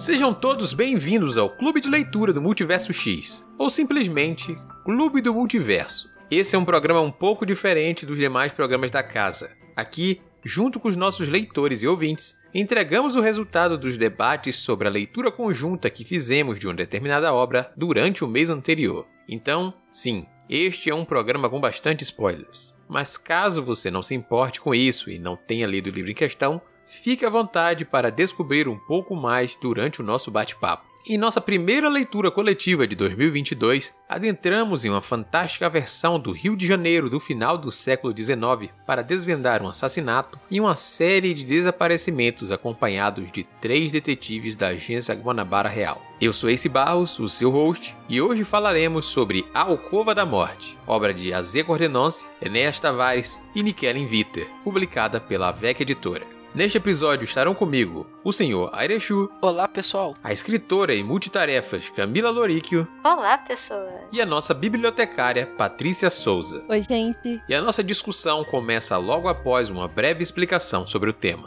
Sejam todos bem-vindos ao Clube de Leitura do Multiverso X, ou simplesmente Clube do Multiverso. Esse é um programa um pouco diferente dos demais programas da casa. Aqui, junto com os nossos leitores e ouvintes, entregamos o resultado dos debates sobre a leitura conjunta que fizemos de uma determinada obra durante o mês anterior. Então, sim, este é um programa com bastante spoilers. Mas caso você não se importe com isso e não tenha lido o livro em questão, fique à vontade para descobrir um pouco mais durante o nosso bate-papo. Em nossa primeira leitura coletiva de 2022, adentramos em uma fantástica versão do Rio de Janeiro do final do século XIX para desvendar um assassinato e uma série de desaparecimentos acompanhados de 3 detetives da agência Guanabara Real. Eu sou Ace Barros, o seu host, e hoje falaremos sobre A Alcova da Morte, obra de Azé Cordenonce, Enéas Tavares e Nikellen Viter, publicada pela AVEC Editora. Neste episódio estarão comigo o senhor Airechu. Olá, pessoal. A escritora e multitarefas Camila Loríquio. Olá, pessoas. E a nossa bibliotecária Patrícia Souza. Oi, gente. E a nossa discussão começa logo após uma breve explicação sobre o tema.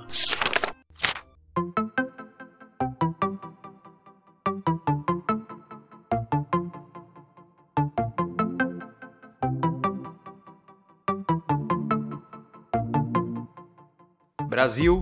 Brasil,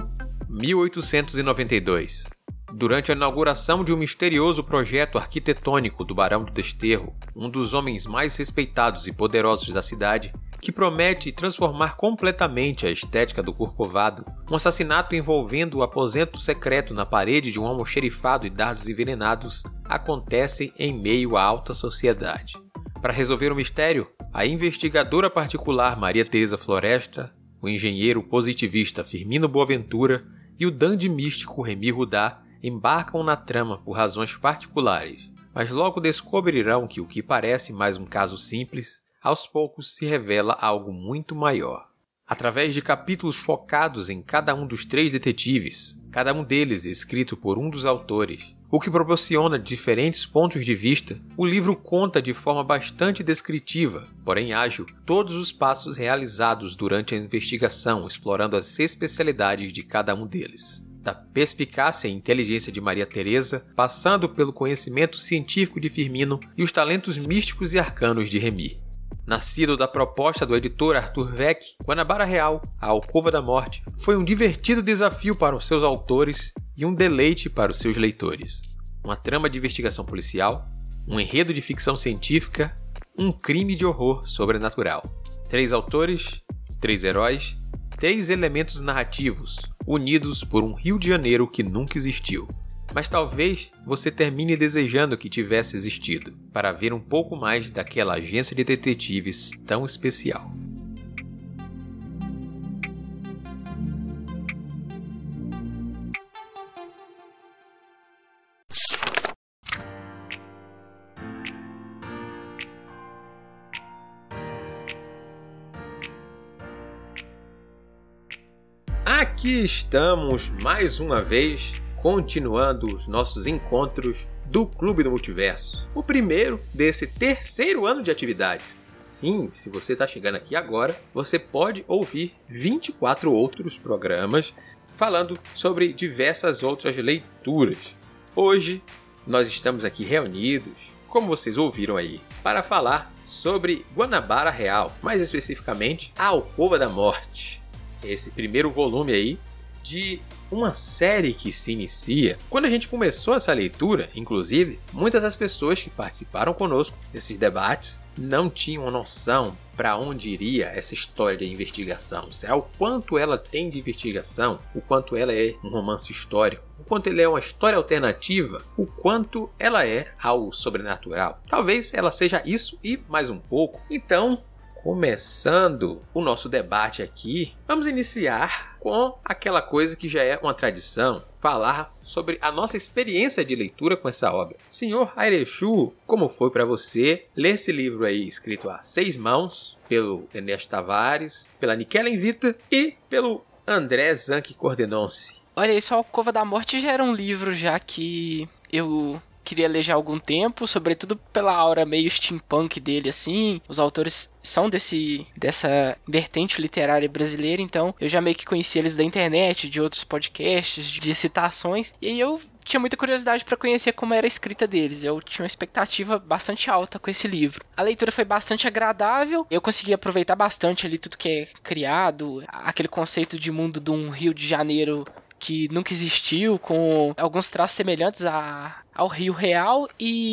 1892. Durante a inauguração de um misterioso projeto arquitetônico do Barão do Desterro, um dos homens mais respeitados e poderosos da cidade, que promete transformar completamente a estética do Corcovado, um assassinato envolvendo o aposento secreto na parede de um almoxerifado e dardos envenenados acontece em meio à alta sociedade. Para resolver o mistério, a investigadora particular Maria Teresa Floresta, o engenheiro positivista Firmino Boaventura e o dandy místico Remy Rudá embarcam na trama por razões particulares, mas logo descobrirão que o que parece mais um caso simples, aos poucos se revela algo muito maior. Através de capítulos focados em cada um dos 3 detetives, cada um deles escrito por um dos autores, o que proporciona diferentes pontos de vista, o livro conta de forma bastante descritiva, porém ágil, todos os passos realizados durante a investigação, explorando as especialidades de cada um deles. Da perspicácia e inteligência de Maria Teresa, passando pelo conhecimento científico de Firmino e os talentos místicos e arcanos de Remy. Nascido da proposta do editor Arthur Weck, Guanabara Real, A Alcova da Morte, foi um divertido desafio para os seus autores e um deleite para os seus leitores. Uma trama de investigação policial, um enredo de ficção científica, um crime de horror sobrenatural. 3 autores, 3 heróis, 3 elementos narrativos, unidos por um Rio de Janeiro que nunca existiu. Mas talvez você termine desejando que tivesse existido, para ver um pouco mais daquela agência de detetives tão especial. Aqui estamos mais uma vez, continuando os nossos encontros do Clube do Multiverso. O primeiro desse 3º ano de atividades. Sim, se você está chegando aqui agora, você pode ouvir 24 outros programas falando sobre diversas outras leituras. Hoje, nós estamos aqui reunidos, como vocês ouviram aí, para falar sobre Guanabara Real, mais especificamente A Alcova da Morte. Esse primeiro volume aí de uma série que se inicia. Quando a gente começou essa leitura, inclusive, muitas das pessoas que participaram conosco desses debates não tinham noção para onde iria essa história de investigação. Será o quanto ela tem de investigação, o quanto ela é um romance histórico, o quanto ele é uma história alternativa, o quanto ela é algo sobrenatural. Talvez ela seja isso e mais um pouco. Então, começando o nosso debate aqui, vamos iniciar com aquela coisa que já é uma tradição, falar sobre a nossa experiência de leitura com essa obra. Senhor Airechu, como foi para você ler esse livro aí escrito a 6 mãos, pelo Enéas Tavares, pela Nikellen Viter e pelo André Zanchi Cordenonce? Olha, esse Alcova da Morte já era um livro já que eu queria ler já há algum tempo, sobretudo pela aura meio steampunk dele, assim. Os autores são dessa vertente literária brasileira, então eu já meio que conheci eles da internet, de outros podcasts, de citações. E aí eu tinha muita curiosidade para conhecer como era a escrita deles. Eu tinha uma expectativa bastante alta com esse livro. A leitura foi bastante agradável. Eu consegui aproveitar bastante ali tudo que é criado. Aquele conceito de mundo de um Rio de Janeiro que nunca existiu, com alguns traços semelhantes ao Rio Real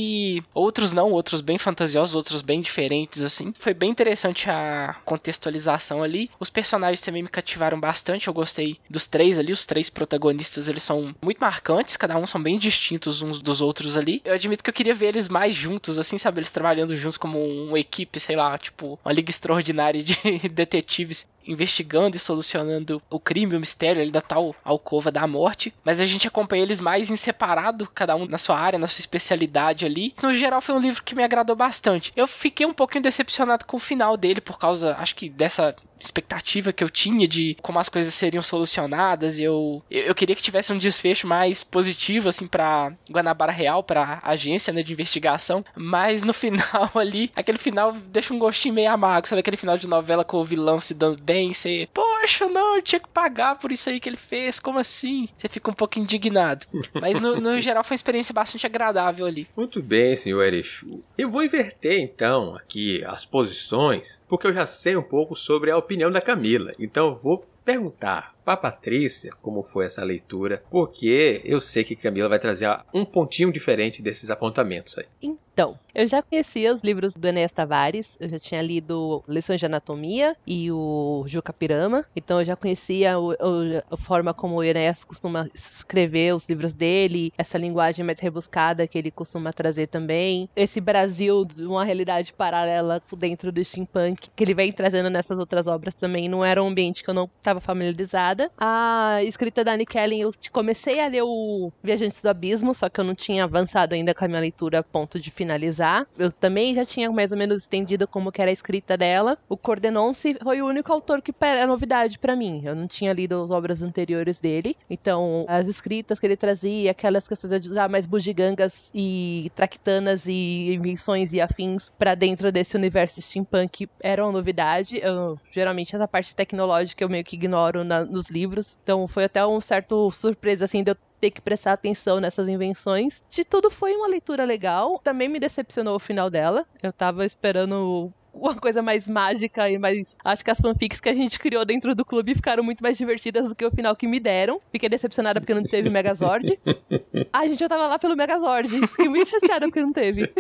e outros não, outros bem fantasiosos, outros bem diferentes, assim. Foi bem interessante a contextualização ali. Os personagens também me cativaram bastante, eu gostei dos três ali, os três protagonistas, eles são muito marcantes, cada um são bem distintos uns dos outros ali. Eu admito que eu queria ver eles mais juntos, assim, sabe, eles trabalhando juntos como uma equipe, sei lá, tipo, uma liga extraordinária de detetives investigando e solucionando o crime, o mistério ali da tal alcova da morte, mas a gente acompanha eles mais em separado, cada um na sua área, na sua especialidade ali. No geral foi um livro que me agradou bastante. Eu fiquei um pouquinho decepcionado com o final dele, por causa, acho que dessa expectativa que eu tinha de como as coisas seriam solucionadas. Eu queria que tivesse um desfecho mais positivo, assim, pra Guanabara Real, pra agência, né, de investigação, mas no final ali, aquele final deixa um gostinho meio amargo, sabe, aquele final de novela com o vilão se dando bem, você, poxa, não, eu tinha que pagar por isso aí que ele fez, como assim? Você fica um pouco indignado, mas no geral foi uma experiência bastante agradável ali. Muito bem, senhor Erechu. Eu vou inverter então aqui as posições, porque eu já sei um pouco sobre a opinião da Camila. Então eu vou perguntar para Patrícia como foi essa leitura, porque eu sei que Camila vai trazer um pontinho diferente desses apontamentos aí. Então, eu já conhecia os livros do Enéas Tavares, eu já tinha lido Lições de Anatomia e o Juca Pirama, então eu já conhecia a forma como o Enéas costuma escrever os livros dele, essa linguagem mais rebuscada que ele costuma trazer também, esse Brasil de uma realidade paralela dentro do steampunk que ele vem trazendo nessas outras obras também, não era um ambiente que eu não estava familiarizada. A escrita da Annie Kellen, eu comecei a ler o Viajantes do Abismo, só que eu não tinha avançado ainda com a minha leitura a ponto de finalizar. Eu também já tinha mais ou menos entendido como que era a escrita dela. O Cordenonce foi o único autor que era novidade pra mim. Eu não tinha lido as obras anteriores dele. Então, as escritas que ele trazia, aquelas questões de usar mais bugigangas e traquitanas e invenções e afins pra dentro desse universo steampunk eram uma novidade. Geralmente, essa parte tecnológica eu meio que ignoro nos livros. Então, foi até um certo surpresa, assim, de eu ter que prestar atenção nessas invenções. De tudo, foi uma leitura legal. Também me decepcionou o final dela. Eu tava esperando uma coisa mais mágica e mais... Acho que as fanfics que a gente criou dentro do clube ficaram muito mais divertidas do que o final que me deram. Fiquei decepcionada porque não teve Megazord. A gente já tava lá pelo Megazord. Fiquei muito chateada porque não teve.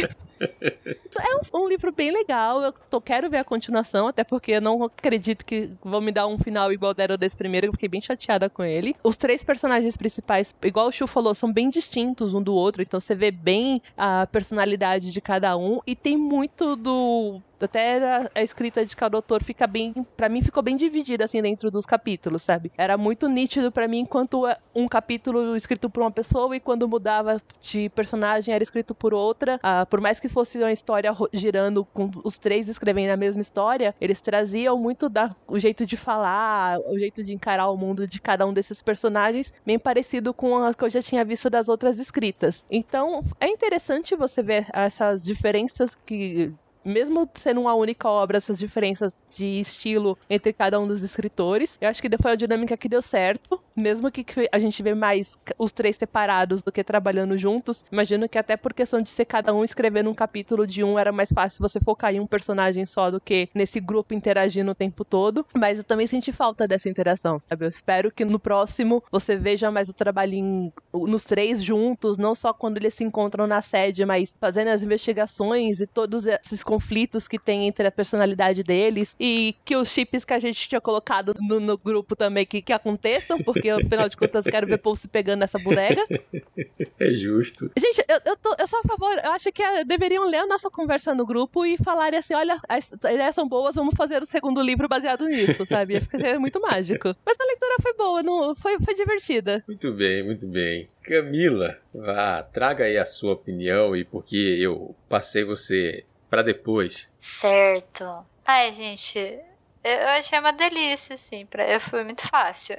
É um livro bem legal. Eu quero ver a continuação, até porque eu não acredito que vão me dar um final igual deram desse primeiro. Eu fiquei bem chateada com ele. Os três personagens principais, igual o Chu falou, são bem distintos um do outro. Então você vê bem a personalidade de cada um. E tem muito do... Até a escrita de cada autor fica bem... Pra mim, ficou bem dividida, assim, dentro dos capítulos, sabe? Era muito nítido pra mim, enquanto um capítulo escrito por uma pessoa e quando mudava de personagem era escrito por outra. Por mais que fosse uma história girando com os três escrevendo a mesma história, eles traziam muito o jeito de falar, o jeito de encarar o mundo de cada um desses personagens, bem parecido com o que eu já tinha visto das outras escritas. Então, é interessante você ver essas diferenças que... Mesmo sendo uma única obra, essas diferenças de estilo entre cada um dos escritores, eu acho que foi a dinâmica que deu certo. Mesmo que a gente vê mais os três separados do que trabalhando juntos, imagino que até por questão de ser cada um escrevendo um capítulo de um, era mais fácil você focar em um personagem só do que nesse grupo interagindo o tempo todo. Mas eu também senti falta dessa interação, sabe? Eu espero que no próximo você veja mais o trabalho nos três juntos, não só quando eles se encontram na sede, mas fazendo as investigações e todos esses conflitos que tem entre a personalidade deles, e que os chips que a gente tinha colocado no grupo também que aconteçam, porque afinal de contas eu quero ver o povo se pegando nessa bodega. É justo. Gente, eu sou a favor, eu acho que deveriam ler a nossa conversa no grupo e falarem assim, olha, as ideias são boas, vamos fazer o segundo livro baseado nisso, sabe? Ia ficar muito mágico. Mas a leitura foi boa, foi divertida. Muito bem, muito bem. Camila, traga aí a sua opinião e por que eu passei você pra depois. Certo. Ai, gente, eu achei uma delícia, assim, foi muito fácil.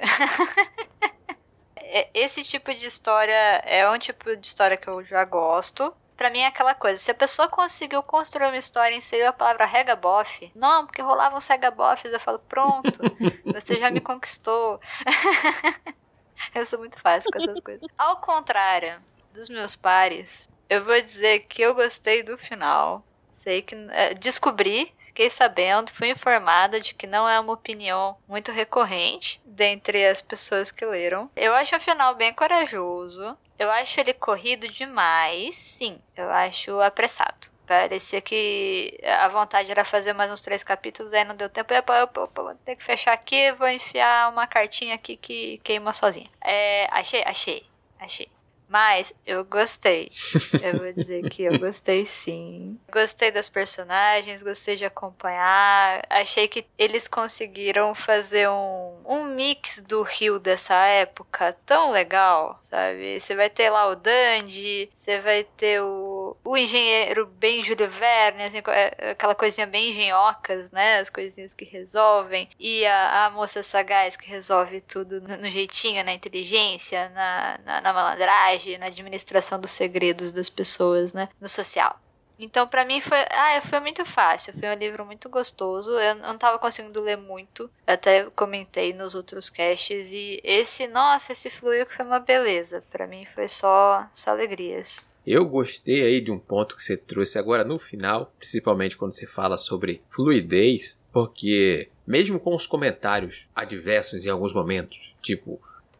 Esse tipo de história é um tipo de história que eu já gosto. Pra mim é aquela coisa, se a pessoa conseguiu construir uma história e inseriu a palavra regabof, não, porque rolavam os regabofs, eu falo, pronto, você já me conquistou. Eu sou muito fácil com essas coisas. Ao contrário dos meus pares, eu vou dizer que eu gostei do final. Sei que... descobri, fiquei sabendo, fui informada de que não é uma opinião muito recorrente dentre as pessoas que leram. Eu acho o final bem corajoso. Eu acho ele corrido demais, sim. Eu acho apressado. Parecia que a vontade era fazer mais uns 3 capítulos, aí não deu tempo. Eu vou ter que fechar aqui, vou enfiar uma cartinha aqui que queima sozinha. Achei. Mas eu gostei. Eu vou dizer que eu gostei sim. Gostei das personagens, gostei de acompanhar. Achei que eles conseguiram fazer um mix do Rio dessa época tão legal, sabe? Você vai ter lá o Dandy, você vai ter o engenheiro bem Júlio Verne, assim, aquela coisinha bem engenhocas, né? As coisinhas que resolvem. E a moça sagaz que resolve tudo no jeitinho, na inteligência, na malandragem, na administração dos segredos das pessoas, né? No social. Então, pra mim, foi muito fácil. Foi um livro muito gostoso. Eu não tava conseguindo ler muito. Até comentei nos outros casts. E esse fluiu que foi uma beleza. Pra mim, foi só alegrias. Eu gostei aí de um ponto que você trouxe agora no final, principalmente quando você fala sobre fluidez, porque mesmo com os comentários adversos em alguns momentos, tipo...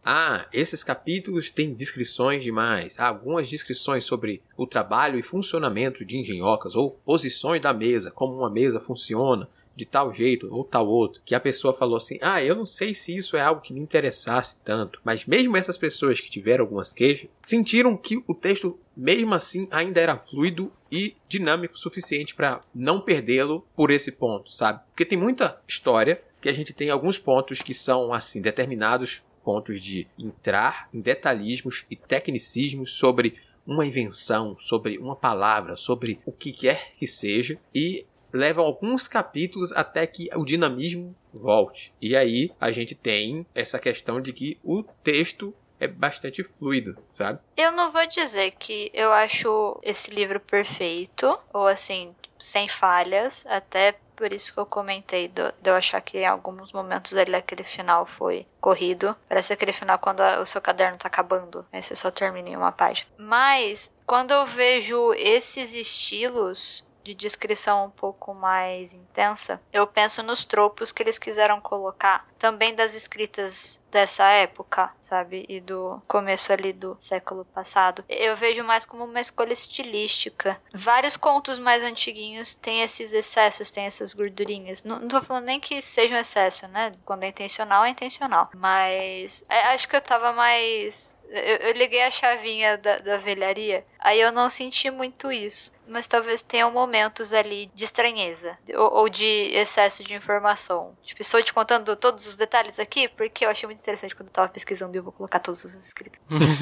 esses capítulos têm descrições demais. Algumas descrições sobre o trabalho e funcionamento de engenhocas ou posições da mesa, como uma mesa funciona de tal jeito ou tal outro. Que a pessoa falou assim, eu não sei se isso é algo que me interessasse tanto. Mas mesmo essas pessoas que tiveram algumas queixas, sentiram que o texto, mesmo assim, ainda era fluido e dinâmico o suficiente para não perdê-lo por esse ponto, sabe? Porque tem muita história que a gente tem alguns pontos que são, assim, determinados pontos de entrar em detalhismos e tecnicismos sobre uma invenção, sobre uma palavra, sobre o que quer que seja, e levam alguns capítulos até que o dinamismo volte. E aí a gente tem essa questão de que o texto é bastante fluido, sabe? Eu não vou dizer que eu acho esse livro perfeito, ou assim, sem falhas, até por isso que eu comentei de eu achar que em alguns momentos ali aquele final foi corrido. Parece aquele final quando o seu caderno tá acabando, aí você só termina em uma página. Mas quando eu vejo esses estilos de descrição um pouco mais intensa, eu penso nos tropos que eles quiseram colocar também das escritas dessa época, sabe? E do começo ali do século passado. Eu vejo mais como uma escolha estilística. Vários contos mais antiguinhos têm esses excessos, têm essas gordurinhas. Não tô falando nem que seja um excesso, né? Quando é intencional, é intencional. Mas acho que eu tava mais... Eu liguei a chavinha da velharia, aí eu não senti muito isso. Mas talvez tenham momentos ali de estranheza ou de excesso de informação. Tipo, estou te contando todos os detalhes aqui porque eu achei muito interessante quando eu tava pesquisando e eu vou colocar todos os escritos.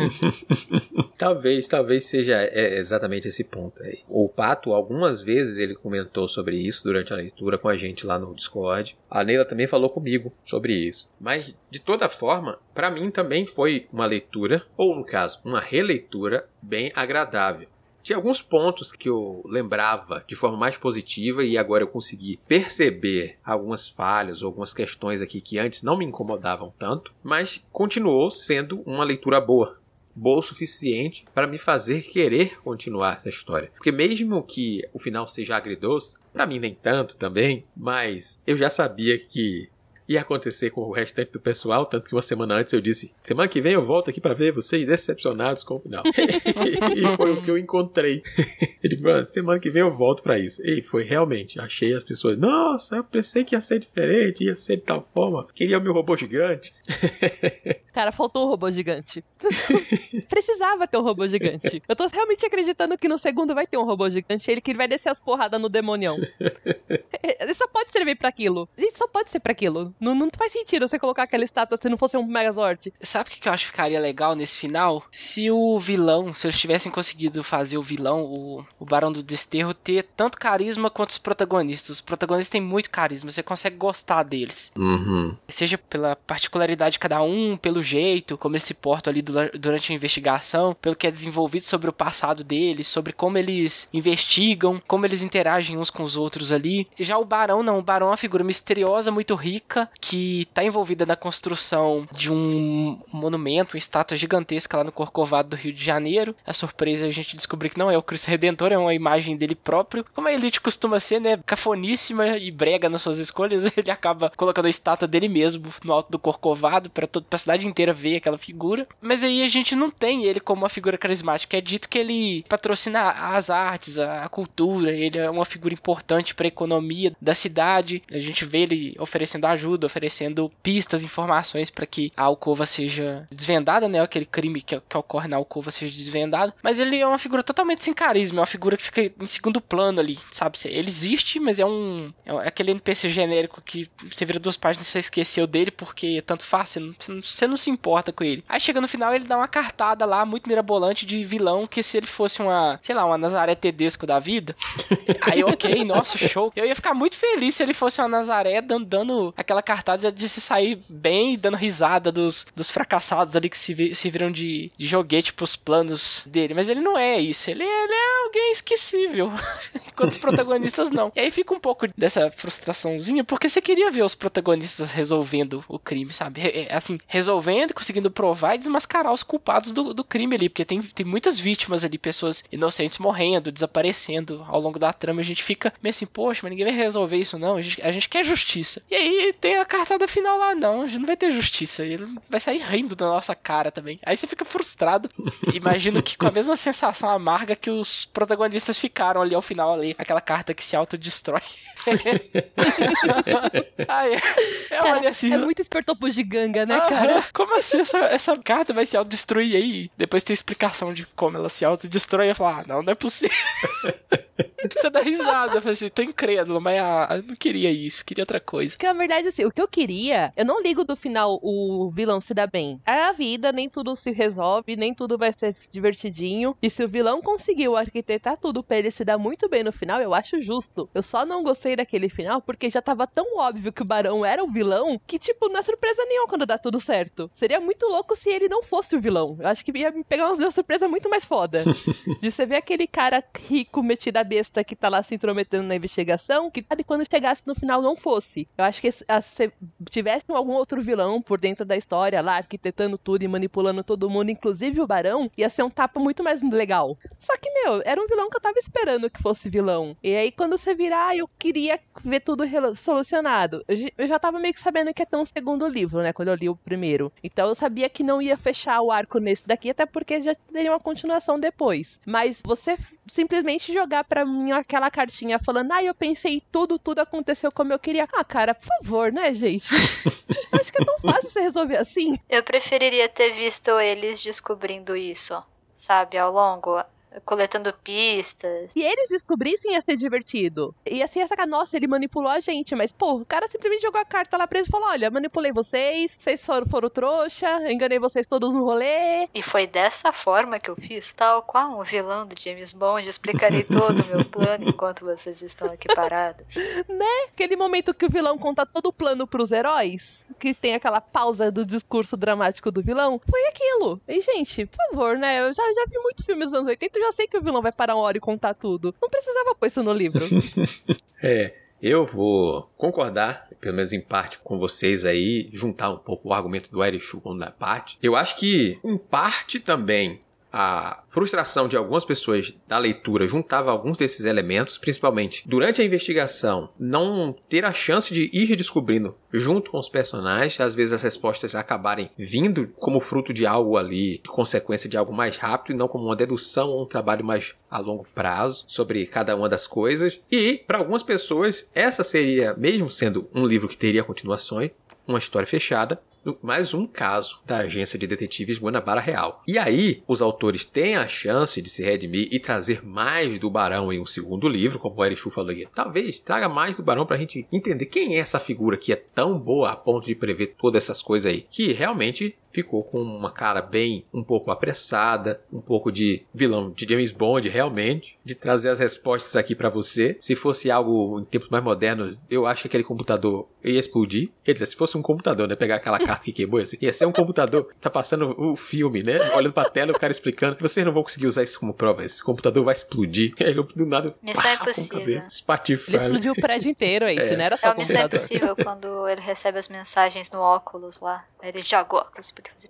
Talvez seja exatamente esse ponto aí. O Pato, algumas vezes, ele comentou sobre isso durante a leitura com a gente lá no Discord. A Neila também falou comigo sobre isso. Mas, de toda forma, para mim também foi uma leitura, ou no caso, uma releitura bem agradável. Tinha alguns pontos que eu lembrava de forma mais positiva e agora eu consegui perceber algumas falhas ou algumas questões aqui que antes não me incomodavam tanto, mas continuou sendo uma leitura boa o suficiente para me fazer querer continuar essa história. Porque mesmo que o final seja agridoce, para mim nem tanto também, mas eu já sabia que ia acontecer com o restante do pessoal, tanto que uma semana antes eu disse, semana que vem eu volto aqui pra ver vocês decepcionados com o final. E foi o que eu encontrei. Ele falou, semana que vem eu volto pra isso. E foi realmente, achei as pessoas, nossa, eu pensei que ia ser diferente, ia ser de tal forma, queria o meu robô gigante. Cara, faltou o robô gigante. Precisava ter um robô gigante. Eu tô realmente acreditando que no segundo vai ter um robô gigante, ele que vai descer as porradas no demonião. Ele só pode servir pra aquilo. Gente, só pode ser pra aquilo. Não faz sentido você colocar aquela estátua se não fosse um Megazord. Sabe o que eu acho que ficaria legal nesse final? Se o vilão, se eles tivessem conseguido fazer o vilão, o Barão do Desterro, ter tanto carisma quanto os protagonistas. Os protagonistas têm muito carisma, você consegue gostar deles. Uhum. Seja pela particularidade de cada um, pelo jeito, como eles se portam ali durante a investigação, pelo que é desenvolvido sobre o passado deles, sobre como eles investigam, como eles interagem uns com os outros ali. Já o Barão não, o Barão uma figura misteriosa, muito rica, que tá envolvida na construção de um monumento, uma estátua gigantesca lá no Corcovado do Rio de Janeiro. A surpresa é a gente descobrir que não é o Cristo Redentor, é uma imagem dele próprio. Como a elite costuma ser, né, cafoníssima e brega nas suas escolhas, ele acaba colocando a estátua dele mesmo no alto do Corcovado pra a cidade inteira ver aquela figura. Mas aí a gente não tem ele como uma figura carismática. É dito que ele patrocina as artes, a cultura, ele é uma figura importante pra economia da cidade. A gente vê ele oferecendo ajuda, oferecendo pistas, informações pra que a alcova seja desvendada, né, aquele crime que ocorre na alcova seja desvendado. Mas ele é uma figura totalmente sem carisma, é uma figura que fica em segundo plano ali, sabe? Ele existe, mas é aquele NPC genérico que você vira 2 páginas e você esqueceu dele porque tanto faz, você não se importa com ele. Aí chega no final, ele dá uma cartada lá, muito mirabolante, de vilão, que se ele fosse uma Nazaré Tedesco da vida, aí ok, nossa, show. Eu ia ficar muito feliz se ele fosse uma Nazaré dando aquela cartada de se sair bem, dando risada dos fracassados ali que se viram de joguete pros planos dele. Mas ele não é isso, ele é alguém esquecível, enquanto os protagonistas não. E aí fica um pouco dessa frustraçãozinha, porque você queria ver os protagonistas resolvendo o crime, sabe? Assim, resolvendo, conseguindo provar e desmascarar os culpados do crime ali, porque tem muitas vítimas ali, pessoas inocentes morrendo, desaparecendo ao longo da trama. A gente fica meio assim, poxa, mas ninguém vai resolver isso não, a gente quer justiça. E aí tem a cartada final lá, não, a gente não vai ter justiça, ele vai sair rindo da nossa cara também. Aí você fica frustrado. Imagino que com a mesma sensação amarga que os protagonistas ficaram ali ao final, ali, aquela carta que se autodestrói. Aí, cara, assim, é muito esperto bugiganga, né, cara? Como assim essa carta vai se autodestruir aí? Depois tem explicação de como ela se autodestrói. Eu falo, não é possível. Você dá risada, eu falei assim, tô incrédulo, mas eu não queria isso, queria outra coisa. Porque, na verdade, assim, o que eu queria, eu não ligo do final o vilão se dar bem. É a vida, nem tudo se resolve, nem tudo vai ser divertidinho. E se o vilão conseguiu arquitetar tudo pra ele se dar muito bem no final, eu acho justo. Eu só não gostei daquele final porque já tava tão óbvio que o Barão era o vilão que, tipo, não é surpresa nenhuma quando dá tudo certo. Seria muito louco se ele não fosse o vilão. Eu acho que ia me pegar uma surpresa muito mais foda. De você ver aquele cara rico, metido a besta que tá lá se intrometendo na investigação, que quando chegasse no final não fosse. Eu acho que se tivesse algum outro vilão por dentro da história lá, arquitetando tudo e manipulando todo mundo, inclusive o Barão, ia ser um tapa muito mais legal. Só que, era um vilão que eu tava esperando que fosse vilão. E aí, quando você virar, eu queria ver tudo solucionado. Eu já tava meio que sabendo que ia ter um segundo livro, né, quando eu li o primeiro. Então eu sabia que não ia fechar o arco nesse daqui, até porque já teria uma continuação depois. Mas você simplesmente jogar pra mim aquela cartinha falando, eu pensei tudo aconteceu como eu queria. Cara, por favor, né, gente? Acho que é tão fácil você resolver assim. Eu preferiria ter visto eles descobrindo isso, sabe, ao longo, coletando pistas. Se eles descobrissem, ia ser divertido. Ia ser essa, nossa, ele manipulou a gente, mas, o cara simplesmente jogou a carta lá pra eles e falou, olha, manipulei vocês foram trouxa, enganei vocês todos no rolê. E foi dessa forma que eu fiz, tal qual um vilão do James Bond, explicarei todo o meu plano enquanto vocês estão aqui parados. Né? Aquele momento que o vilão conta todo o plano pros heróis, que tem aquela pausa do discurso dramático do vilão, foi aquilo. E, gente, por favor, né, eu já vi muito filmes dos anos 80, eu já sei que o vilão vai parar uma hora e contar tudo. Não precisava pôr isso no livro. Eu vou concordar, pelo menos em parte, com vocês aí, juntar um pouco o argumento do Erichu com da parte. Eu acho que, em parte também, a frustração de algumas pessoas da leitura juntava alguns desses elementos, principalmente durante a investigação, não ter a chance de ir descobrindo junto com os personagens, às vezes as respostas acabarem vindo como fruto de algo ali, de consequência de algo mais rápido e não como uma dedução ou um trabalho mais a longo prazo sobre cada uma das coisas. E, para algumas pessoas, essa seria, mesmo sendo um livro que teria continuações, uma história fechada, mais um caso da agência de detetives Guanabara Real. E aí, os autores têm a chance de se redimir e trazer mais do Barão em um segundo livro, como o Erichu falou aqui. Talvez traga mais do Barão pra gente entender quem é essa figura que é tão boa a ponto de prever todas essas coisas aí. Que realmente ficou com uma cara bem, um pouco apressada, um pouco de vilão de James Bond, realmente, de trazer as respostas aqui pra você. Se fosse algo em tempos mais modernos, eu acho que aquele computador ia explodir. Quer dizer, se fosse um computador, né, pegar aquela carta que queimou, assim, ia ser um computador, tá passando o filme, né, olhando pra tela, o cara explicando, vocês não vão conseguir usar isso como prova, esse computador vai explodir. Aí eu, do nada, Missão Impossível. Ele explodiu o prédio inteiro aí, se não era só o Missão computador. Impossível, quando ele recebe as mensagens no óculos lá, ele joga o óculos e podia fazer...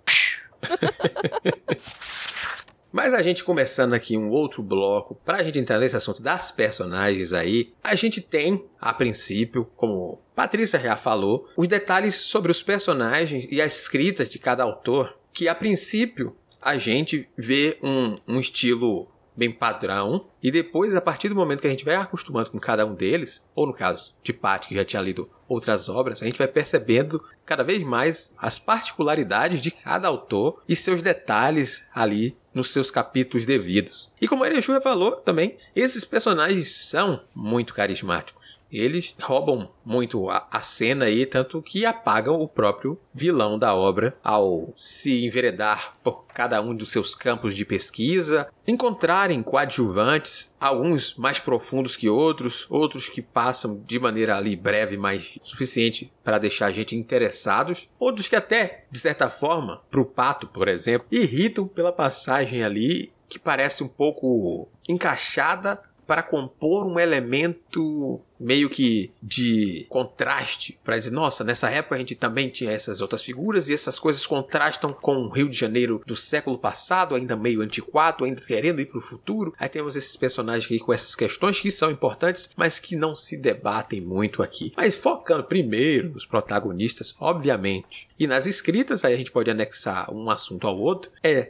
Mas a gente começando aqui um outro bloco, pra gente entrar nesse assunto das personagens aí, a gente tem, a princípio, como Patrícia já falou, os detalhes sobre os personagens e a escrita de cada autor, que a princípio a gente vê um estilo bem padrão, e depois, a partir do momento que a gente vai acostumando com cada um deles, ou no caso de Paty, que já tinha lido outras obras, a gente vai percebendo cada vez mais as particularidades de cada autor e seus detalhes ali nos seus capítulos devidos. E como a Erechua falou também, esses personagens são muito carismáticos. Eles roubam muito a cena aí, tanto que apagam o próprio vilão da obra ao se enveredar por cada um dos seus campos de pesquisa, encontrarem coadjuvantes, alguns mais profundos que outros que passam de maneira ali breve, mas suficiente para deixar a gente interessados, outros que até, de certa forma, pro Pato, por exemplo, irritam pela passagem ali que parece um pouco encaixada para compor um elemento meio que de contraste, para dizer, nossa, nessa época a gente também tinha essas outras figuras e essas coisas contrastam com o Rio de Janeiro do século passado, ainda meio antiquado, ainda querendo ir para o futuro. Aí temos esses personagens aqui com essas questões que são importantes, mas que não se debatem muito aqui. Mas focando primeiro nos protagonistas, obviamente, e nas escritas, aí a gente pode anexar um assunto ao outro,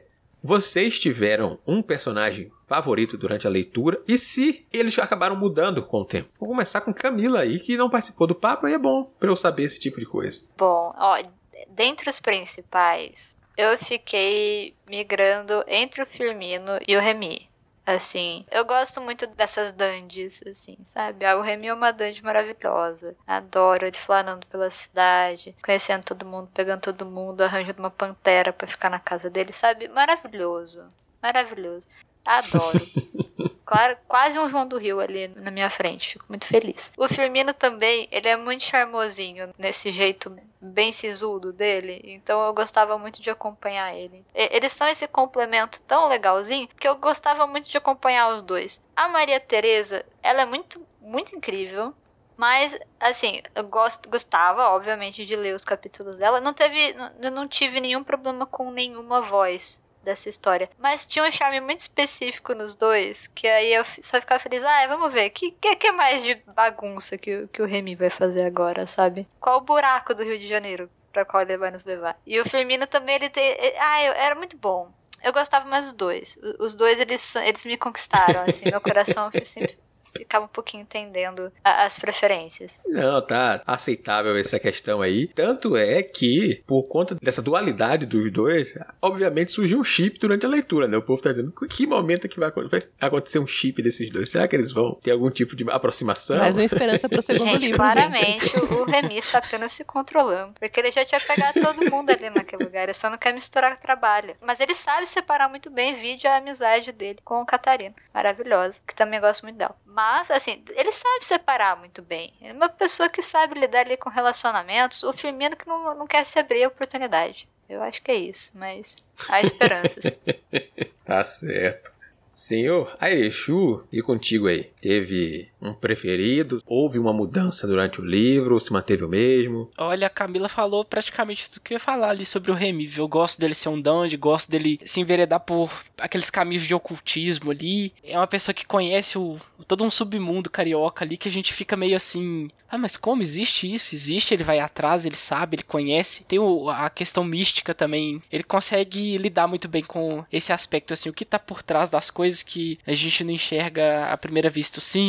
vocês tiveram um personagem favorito durante a leitura e se eles acabaram mudando com o tempo? Vou começar com Camila aí, que não participou do papo e é bom pra eu saber esse tipo de coisa. Bom, dentre os principais, eu fiquei migrando entre o Firmino e o Remy. Assim, eu gosto muito dessas dandies, assim, sabe? O Remy é uma dandy maravilhosa. Adoro ele flanando pela cidade, conhecendo todo mundo, pegando todo mundo, arranjando uma pantera pra ficar na casa dele, sabe? Maravilhoso. Maravilhoso. Adoro. Claro, quase um João do Rio ali na minha frente. Fico muito feliz. O Firmino também, ele é muito charmosinho nesse jeito bem sisudo dele. Então eu gostava muito de acompanhar ele. Eles são esse complemento tão legalzinho que eu gostava muito de acompanhar os dois. A Maria Teresa, ela é muito, muito incrível. Mas, assim, eu gostava, obviamente, de ler os capítulos dela. Não tive nenhum problema com nenhuma voz dessa história. Mas tinha um charme muito específico nos dois, que aí eu só ficava feliz, vamos ver, que mais de bagunça que o Remy vai fazer agora, sabe? Qual o buraco do Rio de Janeiro pra qual ele vai nos levar? E o Firmino também, era muito bom. Eu gostava mais dos dois. Os dois, eles me conquistaram, assim, meu coração sempre ficava um pouquinho entendendo as preferências. Não, tá aceitável essa questão aí. Tanto é que, por conta dessa dualidade dos dois, obviamente surgiu um chip durante a leitura, né? O povo tá dizendo, que momento que vai acontecer um chip desses dois? Será que eles vão ter algum tipo de aproximação? Mais uma esperança pro segundo livro, claramente, o Remy está apenas se controlando, porque ele já tinha pegado todo mundo ali naquele lugar, ele só não quer misturar trabalho. Mas ele sabe separar muito bem, vide a amizade dele com o Catarina, maravilhosa, que também gosto muito dela. Mas, assim, ele sabe separar muito bem. É uma pessoa que sabe lidar ali com relacionamentos. O Firmino que não quer se abrir a oportunidade. Eu acho que é isso, mas há esperanças. Tá certo. Senhor Airechu, e contigo aí? Teve um preferido? Houve uma mudança durante o livro? Ou se manteve o mesmo? Olha, a Camila falou praticamente tudo que eu ia falar ali sobre o Remy. Eu gosto dele ser um dandy, gosto dele se enveredar por aqueles caminhos de ocultismo ali. É uma pessoa que conhece todo um submundo carioca ali que a gente fica meio assim... mas como? Existe isso? Existe, ele vai atrás, ele sabe, ele conhece. Tem a questão mística também. Ele consegue lidar muito bem com esse aspecto, assim, o que tá por trás das coisas que a gente não enxerga à primeira vista. Os símbolos,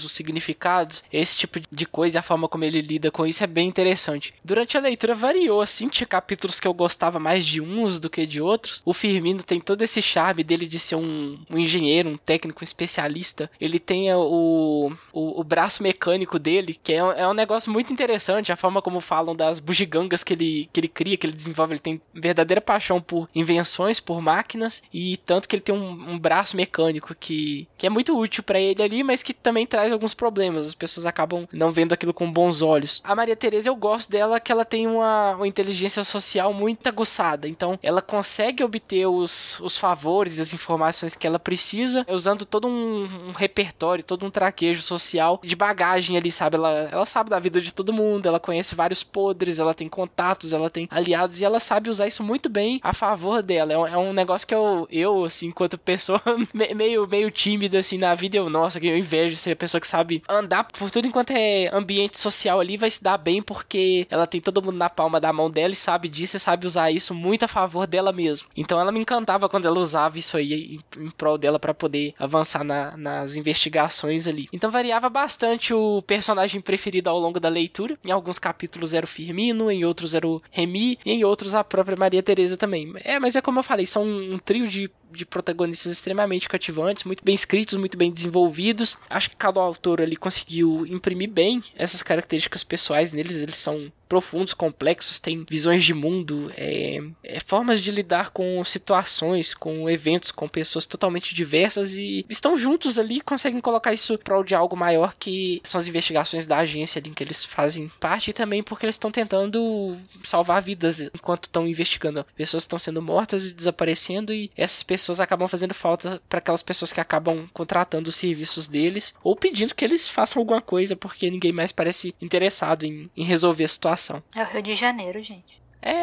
os significados, esse tipo de coisa e a forma como ele lida com isso é bem interessante. Durante a leitura variou, assim, tinha capítulos que eu gostava mais de uns do que de outros. O Firmino tem todo esse charme dele de ser um engenheiro, um técnico, um especialista. Ele tem o braço mecânico dele, que é um negócio muito interessante, a forma como falam das bugigangas que ele cria, que ele desenvolve. Ele tem verdadeira paixão por invenções, por máquinas, e tanto que ele tem um braço mecânico que é muito útil pra ele ali, mas que também traz alguns problemas. As pessoas acabam não vendo aquilo com bons olhos. A Maria Teresa, eu gosto dela que ela tem uma inteligência social muito aguçada, então ela consegue obter os favores, as informações que ela precisa, usando todo um repertório, todo um traquejo social de bagagem ali, sabe? Ela sabe da vida de todo mundo, ela conhece vários podres, ela tem contatos, ela tem aliados, e ela sabe usar isso muito bem a favor dela. É um negócio que eu assim, enquanto pessoa meio tímida, assim, na vida, nossa, que eu invejo ser a pessoa que sabe andar por tudo enquanto é ambiente social ali, vai se dar bem, porque ela tem todo mundo na palma da mão dela e sabe disso, e sabe usar isso muito a favor dela mesmo. Então ela me encantava quando ela usava isso aí em prol dela pra poder avançar nas investigações ali. Então variava bastante o personagem preferido ao longo da leitura. Em alguns capítulos era o Firmino, em outros era o Remy, e em outros a própria Maria Teresa também. Mas é como eu falei, são um trio de protagonistas extremamente cativantes, muito bem escritos, muito bem desenvolvidos. Acho que cada autor ali conseguiu imprimir bem essas características pessoais neles. Eles são profundos, complexos, têm visões de mundo, formas de lidar com situações, com eventos, com pessoas totalmente diversas, e estão juntos ali, conseguem colocar isso em prol de algo maior, que são as investigações da agência ali em que eles fazem parte, e também porque eles estão tentando salvar vidas enquanto estão investigando. Pessoas estão sendo mortas e desaparecendo, e essas pessoas acabam fazendo falta para aquelas pessoas que acabam contratando os serviços deles, ou pedindo que eles façam alguma coisa, porque ninguém mais parece interessado em resolver a situação. É o Rio de Janeiro, gente.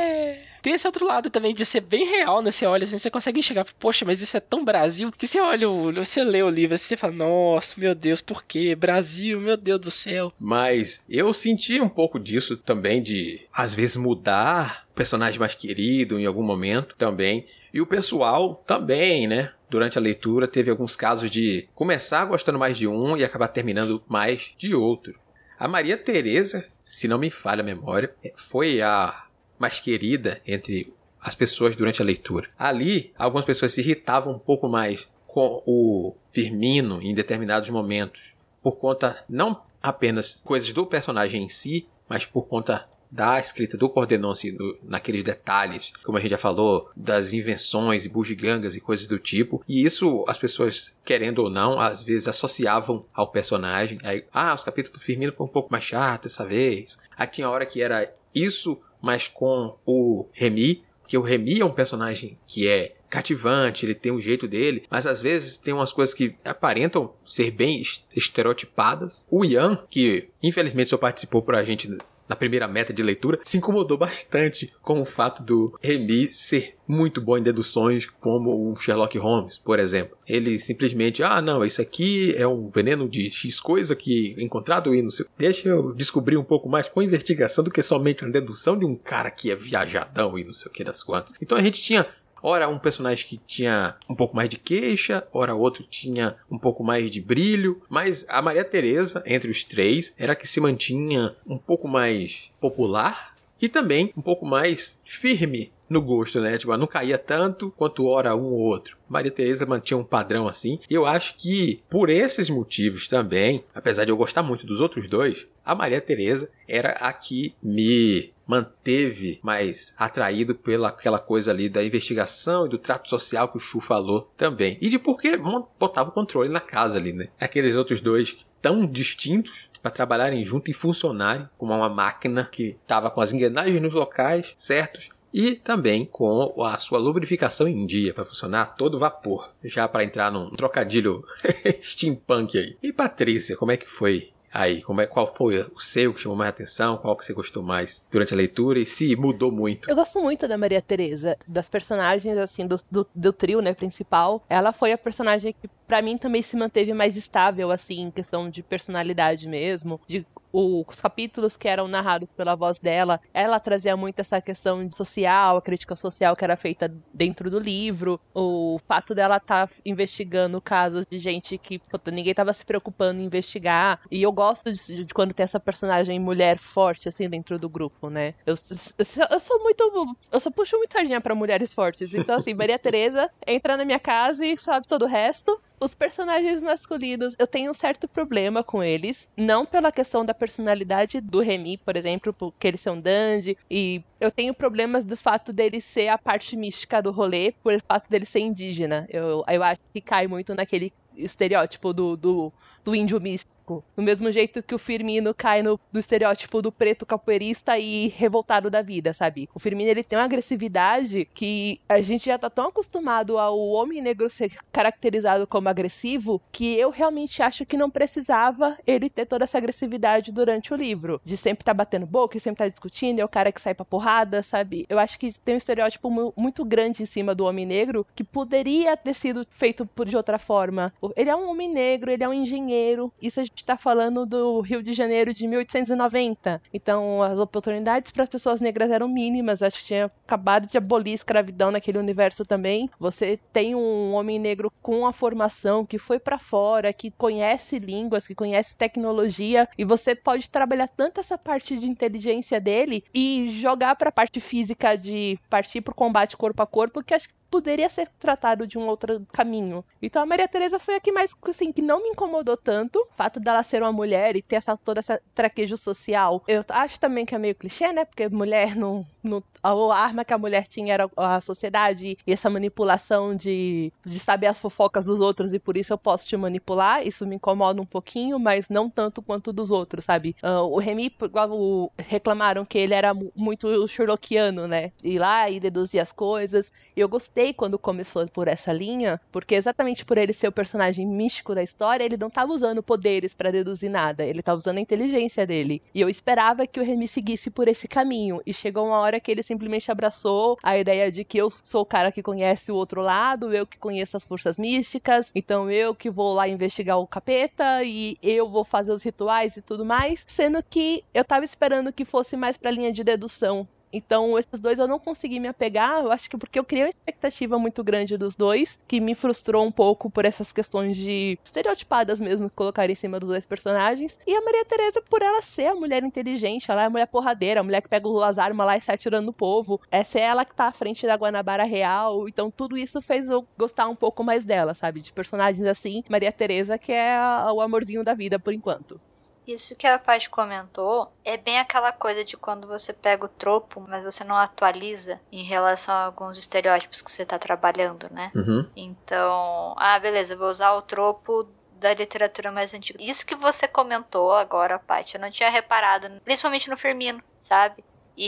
Tem esse outro lado também de ser bem real, né? Você olha assim, você consegue enxergar, poxa, mas isso é tão Brasil, que você olha, você lê o livro assim, você fala, nossa, meu Deus, por quê? Brasil, meu Deus do céu. Mas eu senti um pouco disso também, de às vezes mudar o personagem mais querido em algum momento também. E o pessoal também, né? Durante a leitura teve alguns casos de começar gostando mais de um e acabar terminando mais de outro. A Maria Teresa, se não me falha a memória, foi a mais querida entre as pessoas durante a leitura. Ali, algumas pessoas se irritavam um pouco mais com o Firmino em determinados momentos, por conta não apenas coisas do personagem em si, mas por conta da escrita do Pordenonce naqueles detalhes, como a gente já falou, das invenções e bugigangas e coisas do tipo. E isso as pessoas, querendo ou não, às vezes associavam ao personagem. Aí, os capítulos do Firmino foram um pouco mais chatos dessa vez. Aí tinha hora que era isso, mas com o Remy, que o Remy é um personagem que é cativante, ele tem um jeito dele, mas às vezes tem umas coisas que aparentam ser bem estereotipadas. O Ian, que infelizmente só participou pra gente na primeira meta de leitura, se incomodou bastante com o fato do Remy ser muito bom em deduções, como o Sherlock Holmes, por exemplo. Ele simplesmente, não, isso aqui é um veneno de X coisa que encontrado e não sei. Deixa eu descobrir um pouco mais com investigação do que somente a dedução de um cara que é viajadão e não sei o que das quantas. Então a gente tinha ora um personagem que tinha um pouco mais de queixa, ora outro tinha um pouco mais de brilho, mas a Maria Teresa, entre os três, era a que se mantinha um pouco mais popular e também um pouco mais firme no gosto, né? Tipo, não caía tanto quanto ora um ou outro. Maria Teresa mantinha um padrão assim. E eu acho que por esses motivos também, apesar de eu gostar muito dos outros dois, a Maria Teresa era a que me manteve mais atraído pela aquela coisa ali da investigação e do trato social que o Chu falou também. E de por que botava o controle na casa ali, né? Aqueles outros dois tão distintos para trabalharem junto e funcionarem como uma máquina que estava com as engrenagens nos locais certos e também com a sua lubrificação em dia para funcionar a todo vapor, já para entrar num trocadilho steampunk aí. E Patrícia, como é que foi aí? Qual foi o seu que chamou mais atenção? Qual que você gostou mais durante a leitura? E se mudou muito? Eu gosto muito da Maria Teresa, das personagens, assim, do trio, né, principal. Ela foi a personagem que, pra mim, também se manteve mais estável, assim, em questão de personalidade mesmo, de os capítulos que eram narrados pela voz dela, ela trazia muito essa questão social, a crítica social que era feita dentro do livro, o fato dela estar investigando casos de gente que ninguém estava se preocupando em investigar, e eu gosto de quando tem essa personagem mulher forte, assim, dentro do grupo, né? Eu só puxo muito sardinha pra mulheres fortes, então assim, Maria Teresa entra na minha casa e sabe todo o resto. Os personagens masculinos, eu tenho um certo problema com eles, não pela questão da personalidade do Remy, por exemplo, porque eles são dandy, e eu tenho problemas do fato dele ser a parte mística do rolê, por fato dele ser indígena. Eu acho que cai muito naquele estereótipo do índio místico. Do mesmo jeito que o Firmino cai no estereótipo do preto capoeirista e revoltado da vida, sabe? O Firmino, ele tem uma agressividade que a gente já tá tão acostumado ao homem negro ser caracterizado como agressivo, que eu realmente acho que não precisava ele ter toda essa agressividade durante o livro. De sempre tá batendo boca, sempre tá discutindo, é o cara que sai pra porrada, sabe? Eu acho que tem um estereótipo muito grande em cima do homem negro, que poderia ter sido feito de outra forma. Ele é um homem negro, ele é um engenheiro, isso a gente tá falando do Rio de Janeiro de 1890. Então, as oportunidades para as pessoas negras eram mínimas. Acho que tinha acabado de abolir a escravidão naquele universo também. Você tem um homem negro com a formação, que foi para fora, que conhece línguas, que conhece tecnologia, e você pode trabalhar tanto essa parte de inteligência dele e jogar para a parte física de partir pro combate corpo a corpo, que acho que poderia ser tratado de um outro caminho. Então a Maria Teresa foi a que mais, assim, que não me incomodou tanto. O fato dela ser uma mulher e ter toda essa traquejo social. Eu acho também que é meio clichê, né? Porque mulher a arma que a mulher tinha era a sociedade e essa manipulação de saber as fofocas dos outros e por isso eu posso te manipular. Isso me incomoda um pouquinho, mas não tanto quanto dos outros, sabe? O Remy, reclamaram que ele era muito Sherlockiano, né? Ir lá e deduzir as coisas. E eu gostei quando começou por essa linha, porque exatamente por ele ser o personagem místico da história, ele não tava usando poderes pra deduzir nada, ele tava usando a inteligência dele. E eu esperava que o Remy seguisse por esse caminho, e chegou uma hora que ele simplesmente abraçou a ideia de que eu sou o cara que conhece o outro lado, eu que conheço as forças místicas, então eu que vou lá investigar o capeta, e eu vou fazer os rituais e tudo mais, sendo que eu tava esperando que fosse mais pra linha de dedução. Então, esses dois eu não consegui me apegar, eu acho que porque eu criei uma expectativa muito grande dos dois, que me frustrou um pouco por essas questões de estereotipadas mesmo que colocaram em cima dos dois personagens. E a Maria Teresa, por ela ser a mulher inteligente, ela é a mulher porradeira, a mulher que pega as armas lá e sai atirando no povo. Essa é ela que tá à frente da Guanabara Real, então tudo isso fez eu gostar um pouco mais dela, sabe? De personagens assim, Maria Teresa, que é o amorzinho da vida por enquanto. Isso que a Paty comentou é bem aquela coisa de quando você pega o tropo, mas você não atualiza em relação a alguns estereótipos que você tá trabalhando, né? Uhum. Então, beleza, vou usar o tropo da literatura mais antiga. Isso que você comentou agora, Paty, eu não tinha reparado, principalmente no Firmino, sabe?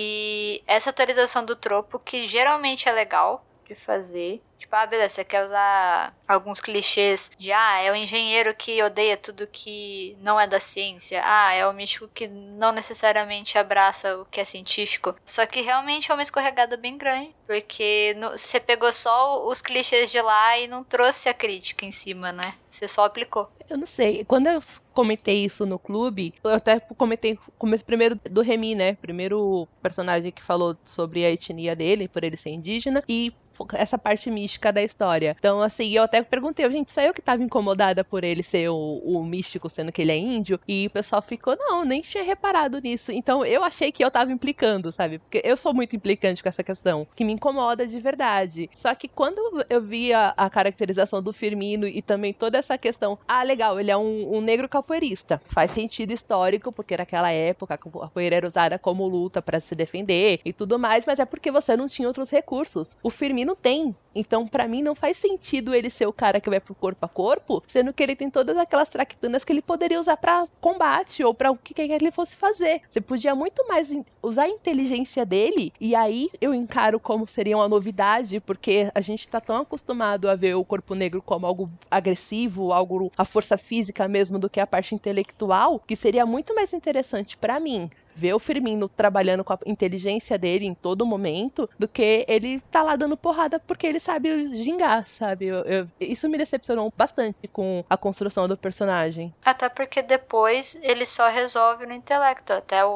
E essa atualização do tropo, que geralmente é legal de fazer. Tipo, beleza, você quer usar alguns clichês de, é o engenheiro que odeia tudo que não é da ciência. É o místico que não necessariamente abraça o que é científico. Só que realmente é uma escorregada bem grande, porque você pegou só os clichês de lá e não trouxe a crítica em cima, né? Você só aplicou. Eu não sei, quando eu comentei isso no clube, eu até comentei primeiro do Remy, né? Primeiro personagem que falou sobre a etnia dele, por ele ser indígena, e essa parte mística da história. Então, assim, eu até perguntei, gente, só eu que tava incomodada por ele ser o místico, sendo que ele é índio, e o pessoal ficou, não, nem tinha reparado nisso. Então, eu achei que eu tava implicando, sabe? Porque eu sou muito implicante com essa questão, que me incomoda de verdade. Só que quando eu vi a caracterização do Firmino e também toda essa questão, legal, ele é um negro capoeirista. Faz sentido histórico, porque naquela época a capoeira era usada como luta pra se defender e tudo mais, mas é porque você não tinha outros recursos. O Firmino tem. Então, pra mim, não faz sentido ele ser o cara que vai pro corpo a corpo, sendo que ele tem todas aquelas traquitanas que ele poderia usar pra combate ou pra o que ele fosse fazer. Você podia muito mais usar a inteligência dele, e aí eu encaro como seria uma novidade, porque a gente tá tão acostumado a ver o corpo negro como algo agressivo, algo a força física mesmo, do que a parte intelectual, que seria muito mais interessante pra mim ver o Firmino trabalhando com a inteligência dele em todo momento, do que ele tá lá dando porrada porque ele sabe gingar, sabe? Isso me decepcionou bastante com a construção do personagem. Até porque depois ele só resolve no intelecto,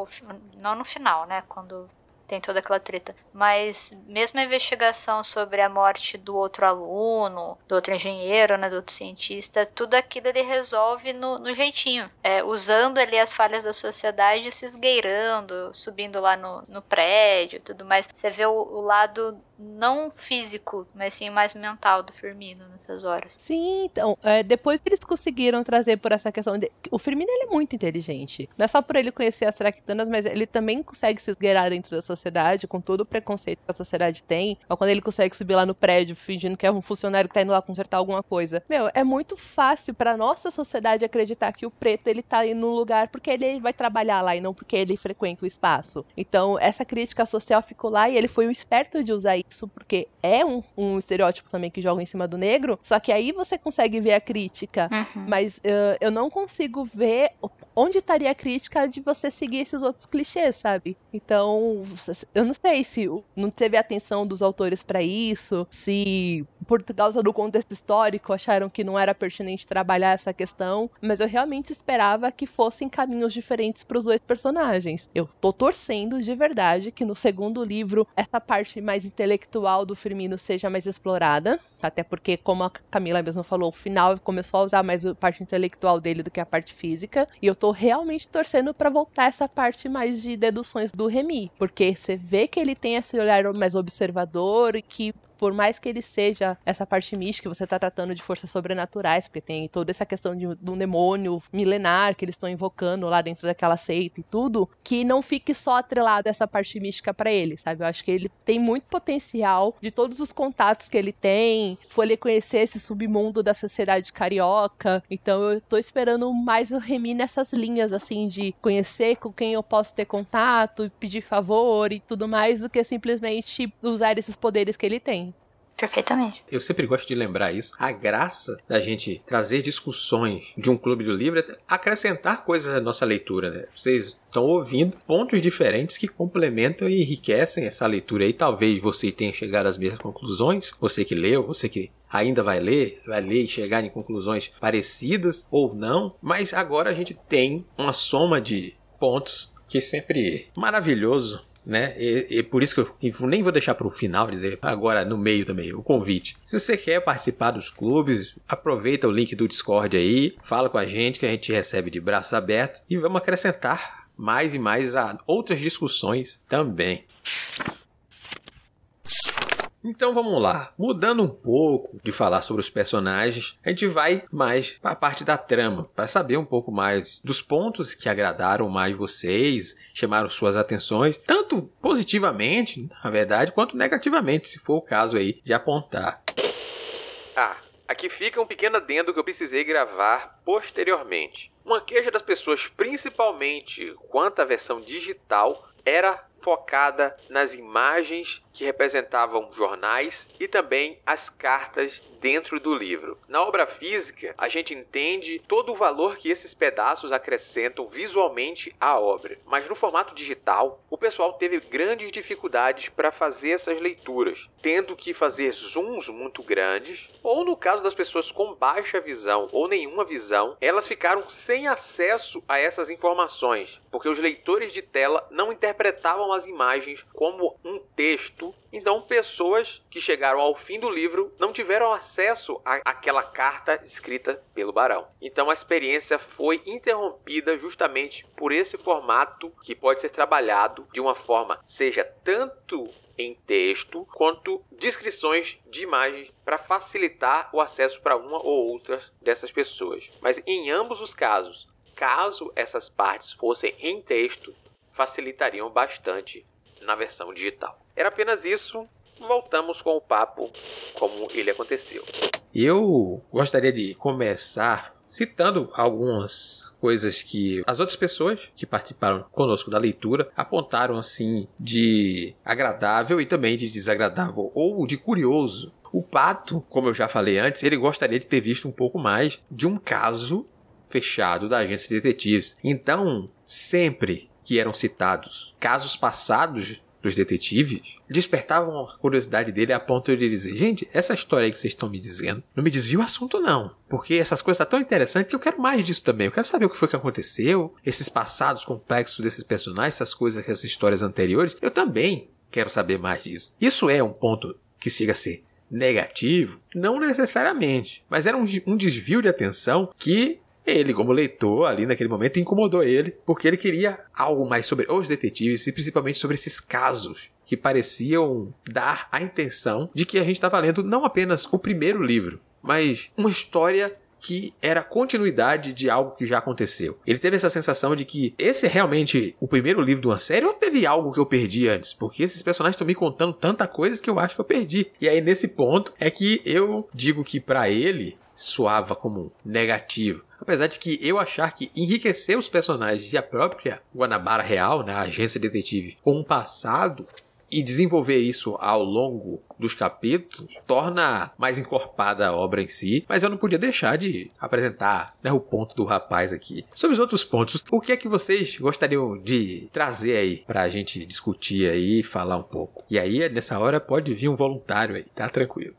não no final, né? Quando tem toda aquela treta. Mas mesmo a investigação sobre a morte do outro aluno, do outro engenheiro, né, do outro cientista, tudo aquilo ele resolve no jeitinho. Usando ali as falhas da sociedade, se esgueirando, subindo lá no prédio e tudo mais. Você vê o lado não físico, mas sim mais mental do Firmino nessas horas. Sim, então, depois que eles conseguiram trazer por essa questão o Firmino, ele é muito inteligente. Não é só por ele conhecer as Tractanas, mas ele também consegue se esgueirar dentro da sociedade, com todo o preconceito que a sociedade tem. Ou quando ele consegue subir lá no prédio, fingindo que é um funcionário que tá indo lá consertar alguma coisa. Meu, é muito fácil pra nossa sociedade acreditar que o preto, ele tá indo num lugar porque ele vai trabalhar lá e não porque ele frequenta o espaço. Então, essa crítica social ficou lá e ele foi o esperto de usar isso, porque é um estereótipo também que joga em cima do negro, só que aí você consegue ver a crítica, mas eu não consigo ver onde estaria a crítica de você seguir esses outros clichês, sabe? Então, eu não sei se não teve atenção dos autores pra isso, se por causa do contexto histórico acharam que não era pertinente trabalhar essa questão, mas eu realmente esperava que fossem caminhos diferentes pros dois personagens. Eu tô torcendo de verdade que no segundo livro essa parte mais intelectual do Firmino seja mais explorada, até porque, como a Camila mesmo falou, o final começou a usar mais a parte intelectual dele do que a parte física, e eu tô realmente torcendo pra voltar essa parte mais de deduções do Remy, porque você vê que ele tem esse olhar mais observador e que, por mais que ele seja essa parte mística, você tá tratando de forças sobrenaturais, porque tem toda essa questão de um demônio milenar que eles estão invocando lá dentro daquela seita e tudo, que não fique só atrelado essa parte mística pra ele, sabe? Eu acho que ele tem muito potencial de todos os contatos que ele tem, foi ele conhecer esse submundo da sociedade carioca, então eu tô esperando mais o Remy nessas linhas, assim, de conhecer com quem eu posso ter contato e pedir favor e tudo mais, do que simplesmente usar esses poderes que ele tem. Perfeitamente. Eu sempre gosto de lembrar isso. A graça da gente trazer discussões de um clube do livro é acrescentar coisas à nossa leitura, né? Vocês estão ouvindo pontos diferentes que complementam e enriquecem essa leitura aí. Talvez você tenha chegado às mesmas conclusões. Você que leu, você que ainda vai ler e chegar em conclusões parecidas ou não. Mas agora a gente tem uma soma de pontos que é sempre maravilhoso, né? E por isso que eu nem vou deixar para o final dizer agora no meio também o convite. Se você quer participar dos clubes, aproveita o link do Discord aí, fala com a gente que a gente recebe de braços abertos e vamos acrescentar mais e mais a outras discussões também. Então vamos lá, mudando um pouco de falar sobre os personagens, a gente vai mais para a parte da trama, para saber um pouco mais dos pontos que agradaram mais vocês, chamaram suas atenções, tanto positivamente, na verdade, quanto negativamente, se for o caso aí de apontar. Aqui fica um pequeno adendo que eu precisei gravar posteriormente. Uma queixa das pessoas, principalmente quanto à versão digital, era focada nas imagens que representavam jornais e também as cartas dentro do livro. Na obra física, a gente entende todo o valor que esses pedaços acrescentam visualmente à obra. Mas no formato digital, o pessoal teve grandes dificuldades para fazer essas leituras, tendo que fazer zooms muito grandes, ou no caso das pessoas com baixa visão ou nenhuma visão, elas ficaram sem acesso a essas informações, porque os leitores de tela não interpretavam as imagens como um texto. Então, pessoas que chegaram ao fim do livro não tiveram acesso àquela carta escrita pelo Barão. Então, a experiência foi interrompida justamente por esse formato que pode ser trabalhado de uma forma, seja tanto em texto quanto descrições de imagens para facilitar o acesso para uma ou outra dessas pessoas. Mas em ambos os casos, caso essas partes fossem em texto, facilitariam bastante na versão digital. Era apenas isso. Voltamos com o papo como ele aconteceu. Eu gostaria de começar citando algumas coisas que as outras pessoas que participaram conosco da leitura apontaram assim de agradável e também de desagradável ou de curioso. O Pato, como eu já falei antes, ele gostaria de ter visto um pouco mais de um caso fechado da agência de detetives. Então, sempre que eram citados, casos passados dos detetives, despertavam a curiosidade dele a ponto de dizer: gente, essa história aí que vocês estão me dizendo não me desvia o assunto não, porque essas coisas estão tão interessantes que eu quero mais disso também, eu quero saber o que foi que aconteceu, esses passados complexos desses personagens, essas coisas, essas histórias anteriores, eu também quero saber mais disso. Isso é um ponto que chega a ser negativo? Não necessariamente, mas era um desvio de atenção que ele, como leitor, ali naquele momento, incomodou ele, porque ele queria algo mais sobre os detetives e principalmente sobre esses casos que pareciam dar a intenção de que a gente estava lendo não apenas o primeiro livro, mas uma história que era continuidade de algo que já aconteceu. Ele teve essa sensação de que esse é realmente o primeiro livro de uma série ou teve algo que eu perdi antes? Porque esses personagens estão me contando tanta coisa que eu acho que eu perdi. E aí nesse ponto é que eu digo que para ele soava como negativo. Apesar de que eu achar que enriquecer os personagens e a própria Guanabara Real, né, a agência detetive, com um passado e desenvolver isso ao longo dos capítulos torna mais encorpada a obra em si, mas eu não podia deixar de apresentar, né, o ponto do rapaz aqui. Sobre os outros pontos, o que é que vocês gostariam de trazer aí pra gente discutir aí e falar um pouco? E aí, nessa hora, pode vir um voluntário aí, tá tranquilo.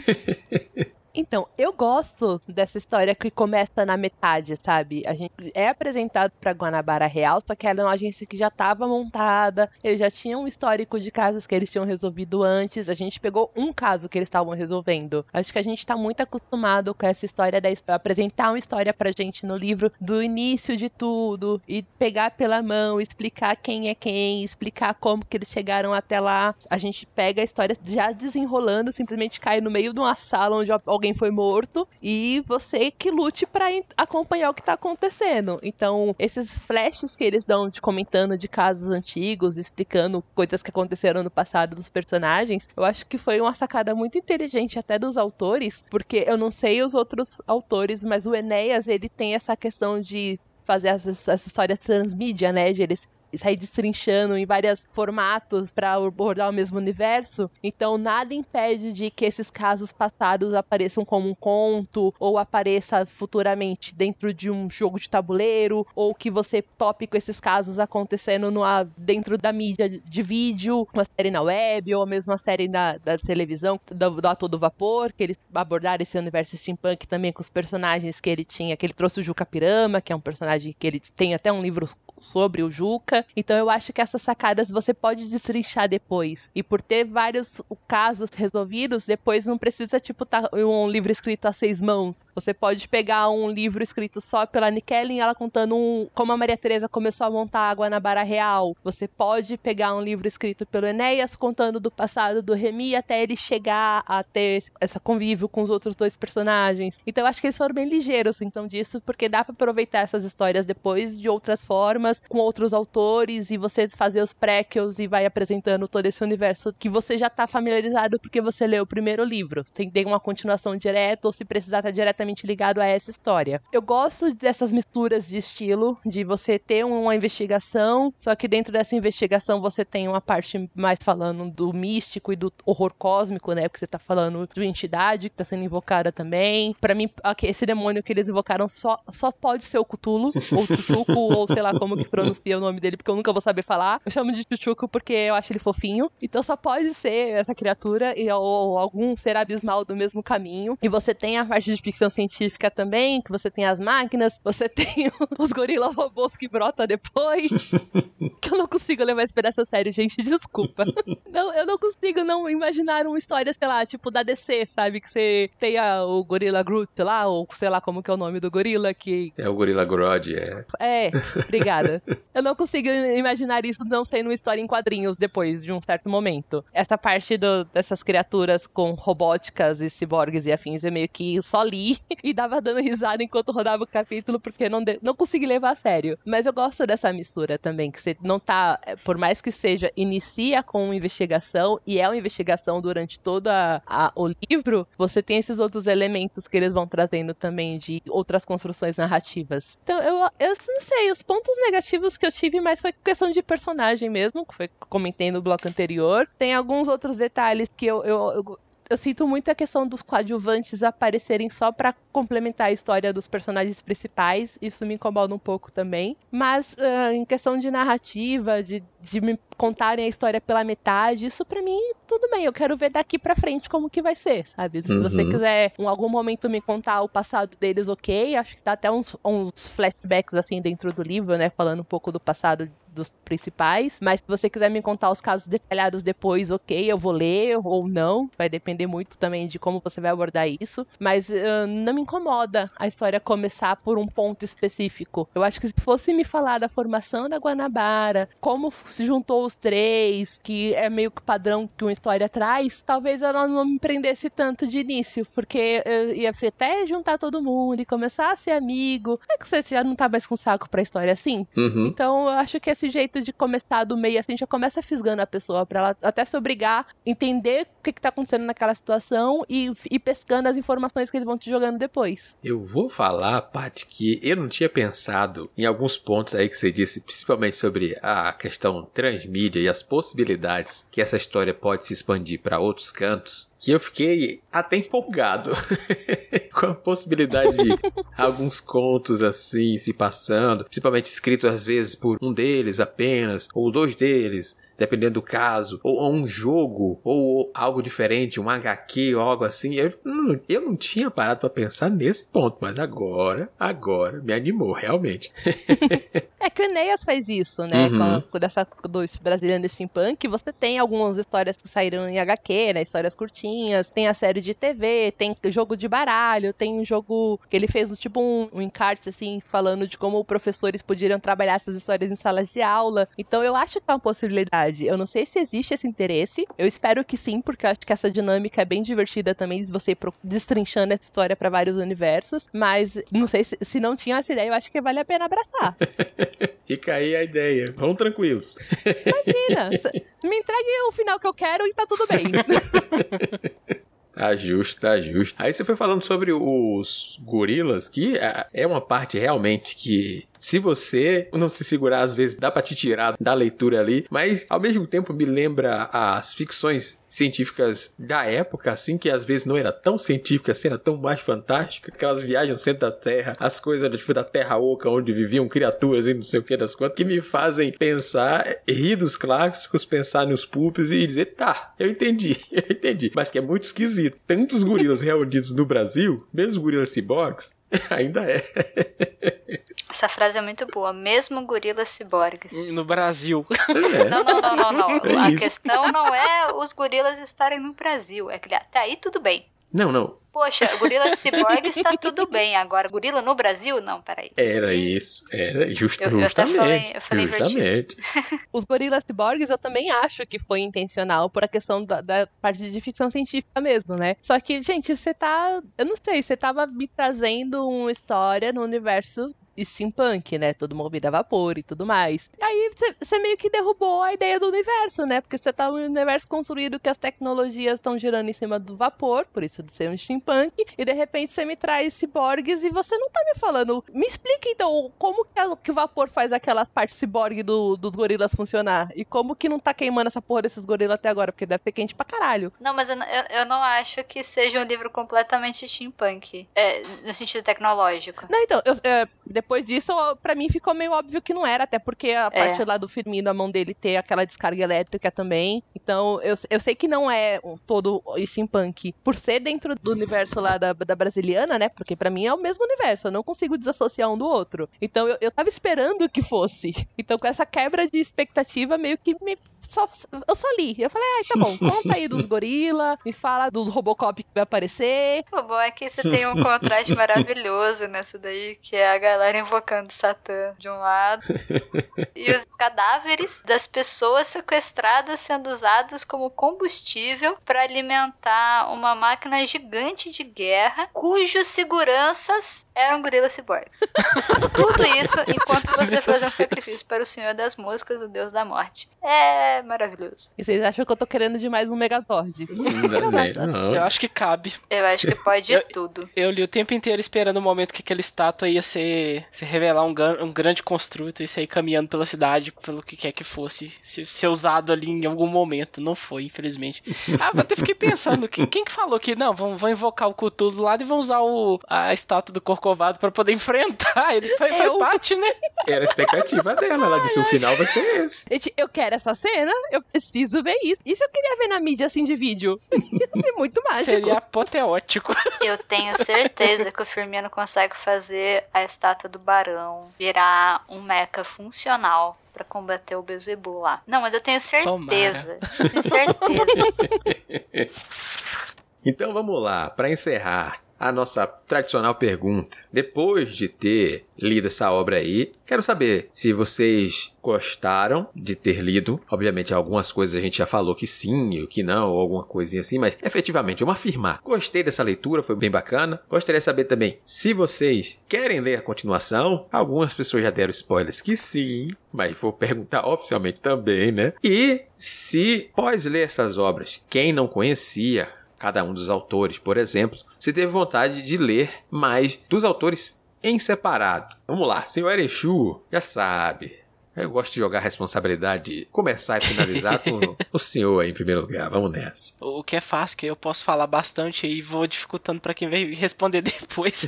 Então, eu gosto dessa história que começa na metade, sabe? A gente é apresentado pra Guanabara Real, só que ela é uma agência que já estava montada, eles já tinham um histórico de casos que eles tinham resolvido antes, a gente pegou um caso que eles estavam resolvendo. Acho que a gente tá muito acostumado com essa história de apresentar uma história pra gente no livro do início de tudo, e pegar pela mão, explicar quem é quem, explicar como que eles chegaram até lá. A gente pega a história já desenrolando, simplesmente cai no meio de uma sala onde alguém foi morto e você que lute pra acompanhar o que tá acontecendo. Então, esses flashes que eles dão comentando de casos antigos, explicando coisas que aconteceram no passado dos personagens, eu acho que foi uma sacada muito inteligente até dos autores, porque eu não sei os outros autores, mas o Enéas, ele tem essa questão de fazer essa história transmídia, né, de eles sair destrinchando em vários formatos para abordar o mesmo universo. Então nada impede de que esses casos passados apareçam como um conto, ou apareça futuramente dentro de um jogo de tabuleiro, ou que você tope com esses casos acontecendo dentro da mídia de vídeo, uma série na web, ou mesmo uma série da televisão, do A Todo Vapor, que eles abordaram esse universo steampunk também com os personagens que ele tinha, que ele trouxe o Juca Pirama, que é um personagem que ele tem até um livro sobre o Juca. Então eu acho que essas sacadas você pode destrinchar depois. E por ter vários casos resolvidos, depois não precisa, tá um livro escrito a 6 mãos. Você pode pegar um livro escrito só pela Annie Kelly, ela contando como a Maria Teresa começou a montar a Guanabara Real. Você pode pegar um livro escrito pelo Enéas, contando do passado do Remy até ele chegar a ter esse convívio com os outros dois personagens. Então eu acho que eles foram bem ligeiros, então, disso, porque dá pra aproveitar essas histórias depois de outras formas, com outros autores, e você fazer os prequels e vai apresentando todo esse universo que você já tá familiarizado porque você leu o primeiro livro, sem ter uma continuação direta ou se precisar estar diretamente ligado a essa história. Eu gosto dessas misturas de estilo, de você ter uma investigação, só que dentro dessa investigação você tem uma parte mais falando do místico e do horror cósmico, né, porque você tá falando de uma entidade que tá sendo invocada também. Pra mim, esse demônio que eles invocaram só pode ser o Cthulhu, ou Chuchuco, ou sei lá como que pronuncia o nome dele, porque eu nunca vou saber falar. Eu chamo de Chuchuco porque eu acho ele fofinho. Então só pode ser essa criatura ou algum ser abismal do mesmo caminho. E você tem a parte de ficção científica também, que você tem as máquinas, você tem os gorila robôs que brotam depois. Que eu não consigo levar isso pra essa série, gente, desculpa. Não, eu não consigo não imaginar uma história, sei lá, tipo da DC, sabe? Que você tem o Gorilla Groot lá, ou sei lá como que é o nome do gorila, que... É o Gorilla Grodd, é. É, obrigada. Eu não consigo imaginar isso não sendo uma história em quadrinhos depois de um certo momento. Essa parte dessas criaturas com robóticas e ciborgues e afins, eu meio que só li e dava dando risada enquanto rodava o capítulo, porque não consegui levar a sério. Mas eu gosto dessa mistura também, que você não tá, por mais que seja, inicia com uma investigação, e é uma investigação durante todo o livro, você tem esses outros elementos que eles vão trazendo também de outras construções narrativas. Então, eu não sei, os pontos negativos que eu tive, mas foi questão de personagem mesmo, que foi comentei no bloco anterior. Tem alguns outros detalhes que eu eu sinto muito a questão dos coadjuvantes aparecerem só pra complementar a história dos personagens principais. Isso me incomoda um pouco também. Mas em questão de narrativa, de me contarem a história pela metade, isso pra mim, tudo bem. Eu quero ver daqui pra frente como que vai ser, sabe? Se você quiser em algum momento me contar o passado deles, ok. Acho que dá até uns flashbacks assim dentro do livro, né? Falando um pouco do passado dos principais, mas se você quiser me contar os casos detalhados depois, ok, eu vou ler ou não, vai depender muito também de como você vai abordar isso, mas não me incomoda a história começar por um ponto específico. Eu acho que se fosse me falar da formação da Guanabara, como se juntou os três, que é meio que o padrão que uma história traz, talvez ela não me prendesse tanto de início, porque eu ia até juntar todo mundo e começar a ser amigo. É que você já não tá mais com saco pra história assim? Então eu acho que esse jeito de começar do meio assim já começa fisgando a pessoa pra ela até se obrigar a entender o que tá acontecendo naquela situação e ir pescando as informações que eles vão te jogando depois. Eu vou falar, Paty, que eu não tinha pensado em alguns pontos aí que você disse, principalmente sobre a questão transmídia e as possibilidades que essa história pode se expandir para outros cantos, que eu fiquei até empolgado com a possibilidade de alguns contos assim se passando, principalmente escritos às vezes por um deles apenas, ou dois deles, dependendo do caso, ou um jogo, ou algo diferente, um HQ, ou algo assim. Eu não tinha parado pra pensar nesse ponto, mas agora me animou, realmente. É que o Enéas faz isso, né? Com dessa dos brasileiros steampunk, você tem algumas histórias que saíram em HQ, né? Histórias curtinhas, tem a série de TV, tem jogo de baralho, tem um jogo que ele fez tipo um encarte, assim, falando de como professores poderiam trabalhar essas histórias em salas de aula. Então eu acho que é uma possibilidade. Eu não sei se existe esse interesse. Eu espero que sim, porque eu acho que essa dinâmica é bem divertida também, de você ir destrinchando essa história para vários universos. Mas não sei se não tinha essa ideia, eu acho que vale a pena abraçar. Fica aí a ideia. Vamos tranquilos. Imagina, me entregue o final que eu quero e tá tudo bem. Tá justo, tá justo. Aí você foi falando sobre os gorilas, que é uma parte realmente que, se você não se segurar, às vezes dá pra te tirar da leitura ali, mas ao mesmo tempo me lembra as ficções científicas da época, assim, que às vezes não era tão científica, assim, era tão mais fantástica, aquelas viagens no centro da Terra, as coisas tipo da Terra Oca, onde viviam criaturas e não sei o que das quantas, que me fazem pensar, rir dos clássicos, pensar nos pulps e dizer, tá, eu entendi, mas que é muito esquisito. Tantos gorilas reunidos no Brasil, mesmo os gorilas ciborgues, ainda é. Essa frase é muito boa. Mesmo gorilas ciborgues. No Brasil. Não. A questão não é os gorilas estarem no Brasil. É que até aí tudo bem. Não. Poxa, gorila ciborgues tá tudo bem. Agora, gorila no Brasil? Não, peraí. Era isso. Era justamente. Eu falei justamente. Os gorilas ciborgues eu também acho que foi intencional por a questão da parte de ficção científica mesmo, né? Só que, gente, eu não sei, você tava me trazendo uma história no universo steampunk, né? Tudo movido a vapor e tudo mais. E aí você meio que derrubou a ideia do universo, né? Porque você tá um universo construído que as tecnologias estão girando em cima do vapor, por isso de ser um steampunk, e de repente você me traz ciborgues e você não tá me falando. Me explica então como que o vapor faz aquela parte ciborgue dos gorilas funcionar e como que não tá queimando essa porra desses gorilas até agora, porque deve ser quente pra caralho. Não, mas eu não acho que seja um livro completamente steampunk, no sentido tecnológico. Não, então, depois disso, pra mim ficou meio óbvio que não era, até porque a parte lá do Firmino, a mão dele ter aquela descarga elétrica também. Então, eu sei que não é todo steampunk por ser dentro do universo lá da brasiliana, né? Porque pra mim é o mesmo universo, eu não consigo desassociar um do outro. Então, eu tava esperando que fosse. Então, com essa quebra de expectativa, meio que eu só li. Eu falei, tá bom, conta aí dos gorila, me fala dos Robocop que vai aparecer. O bom é que você tem um contraste maravilhoso nessa daí, que é a galera invocando Satã de um lado e os cadáveres das pessoas sequestradas sendo usados como combustível para alimentar uma máquina gigante de guerra cujos seguranças eram gorilas ciborgues. Tudo isso enquanto você faz um sacrifício para o Senhor das Moscas, o Deus da Morte. É maravilhoso. E vocês acham que eu tô querendo demais um Megazord? Não. Eu acho que cabe. Eu acho que pode tudo. Eu li o tempo inteiro esperando o momento que aquela estátua ia ser você revelar um grande construto e sair caminhando pela cidade, pelo que quer que fosse, ser usado ali em algum momento. Não foi, infelizmente. Eu até fiquei pensando, quem que falou que, não, vão invocar o Cthulhu do lado e vão usar a estátua do Corcovado pra poder enfrentar? Ele foi parte, né? Era a expectativa dela, ela disse, o final vai ser esse. Gente, eu quero essa cena, eu preciso ver isso. Isso eu queria ver na mídia, assim, de vídeo. Ia ser muito mágico. Seria apoteótico. Eu tenho certeza que o Firmino consegue fazer a estátua do Barão virar um mecha funcional pra combater o Beelzebub lá. Não, mas eu tenho certeza. Tomara. Eu tenho certeza. Então vamos lá, para encerrar a nossa tradicional pergunta. Depois de ter lido essa obra aí, quero saber se vocês gostaram de ter lido. Obviamente, algumas coisas a gente já falou que sim, ou que não, ou alguma coisinha assim, mas efetivamente, vamos afirmar. Gostei dessa leitura, foi bem bacana. Gostaria de saber também se vocês querem ler a continuação. Algumas pessoas já deram spoilers que sim, mas vou perguntar oficialmente também, né? E se, após ler essas obras, quem não conhecia cada um dos autores, por exemplo, se teve vontade de ler mais dos autores em separado. Vamos lá, senhor Erechu, já sabe. Eu gosto de jogar a responsabilidade de começar e finalizar com o senhor aí em primeiro lugar. Vamos nessa. O que é fácil, que eu posso falar bastante e vou dificultando pra quem vai responder depois.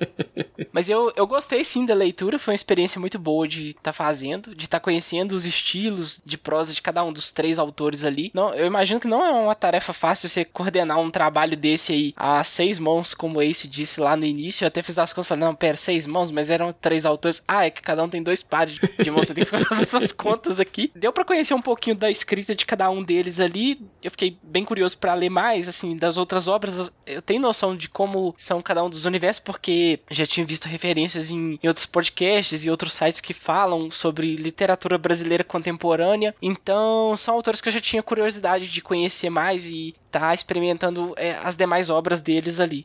Mas eu gostei sim da leitura, foi uma experiência muito boa de estar fazendo, de estar conhecendo os estilos de prosa de cada um dos 3 autores ali. Não, eu imagino que não é uma tarefa fácil você coordenar um trabalho desse aí a 6 mãos, como o Ace disse lá no início. Eu até fiz as contas e falei, não, pera, 6 mãos, mas eram 3 autores. É que cada um tem 2 pares de mãos, você tem que fazer essas contas aqui. Deu pra conhecer um pouquinho da escrita de cada um deles ali. Eu fiquei bem curioso pra ler mais, assim, das outras obras. Eu tenho noção de como são cada um dos universos, porque já tinha visto referências em outros podcasts e outros sites que falam sobre literatura brasileira contemporânea. Então, são autores que eu já tinha curiosidade de conhecer mais e tá experimentando as demais obras deles ali.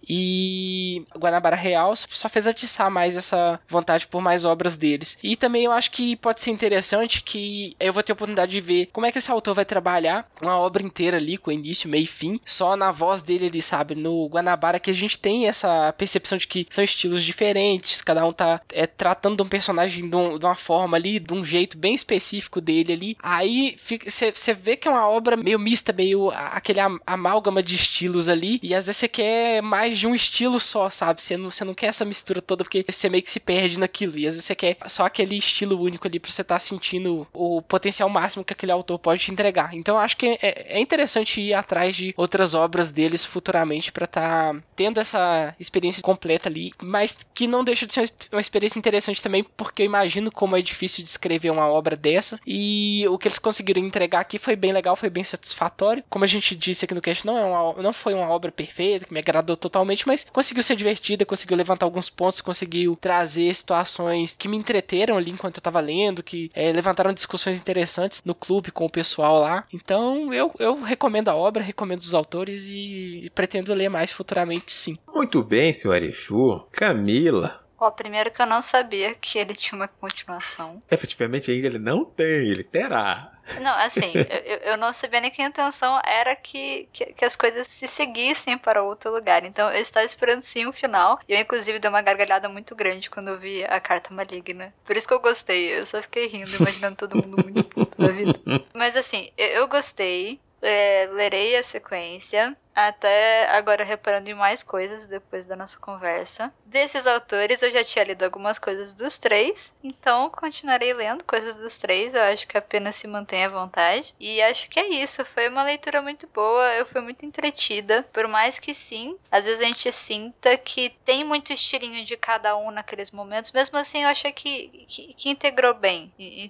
E Guanabara Real só fez atiçar mais essa vontade por mais obras deles. E também eu acho que pode ser interessante que eu vou ter a oportunidade de ver como é que esse autor vai trabalhar uma obra inteira ali, com início, meio e fim, só na voz dele ali, sabe? No Guanabara, que a gente tem essa percepção de que são estilos diferentes, cada um tá tratando de um personagem de uma forma ali, de um jeito bem específico dele ali. Aí você vê que é uma obra meio mista, meio aquele amálgama de estilos ali, e às vezes você quer mais de um estilo só, sabe? Você não quer essa mistura toda, porque você meio que se perde naquilo, e às vezes você quer só aquele estilo único ali pra você estar sentindo o potencial máximo que aquele autor pode te entregar. Então eu acho que é interessante ir atrás de outras obras deles futuramente pra estar tendo essa experiência completa ali, mas que não deixa de ser uma experiência interessante também, porque eu imagino como é difícil de escrever uma obra dessa, e o que eles conseguiram entregar aqui foi bem legal, foi bem satisfatório. Como a gente disse aqui no cast, não foi uma obra perfeita, que me agradou totalmente, mas conseguiu ser divertida, conseguiu levantar alguns pontos, conseguiu trazer situações que me entreteram ali enquanto eu tava lendo, que levantaram discussões interessantes no clube com o pessoal lá. Então eu recomendo a obra, recomendo os autores e pretendo ler mais futuramente, sim. Muito bem, senhor Erechu. Camila. Primeiro que eu não sabia que ele tinha uma continuação. Efetivamente ainda ele não tem, ele terá. Não, assim, eu não sabia nem que a intenção era que as coisas se seguissem para outro lugar. Então eu estava esperando sim o final. E eu inclusive dei uma gargalhada muito grande quando eu vi a Carta Maligna. Por isso que eu gostei. Eu só fiquei rindo, imaginando todo mundo muito puto da vida. Mas assim, eu gostei. Lerei a sequência. Até agora reparando em mais coisas depois da nossa conversa. Desses autores eu já tinha lido algumas coisas dos 3, então continuarei lendo coisas dos 3, eu acho que apenas se mantém à vontade. E acho que é isso, foi uma leitura muito boa, eu fui muito entretida, por mais que sim, às vezes a gente sinta que tem muito estilinho de cada um naqueles momentos, mesmo assim eu achei que integrou bem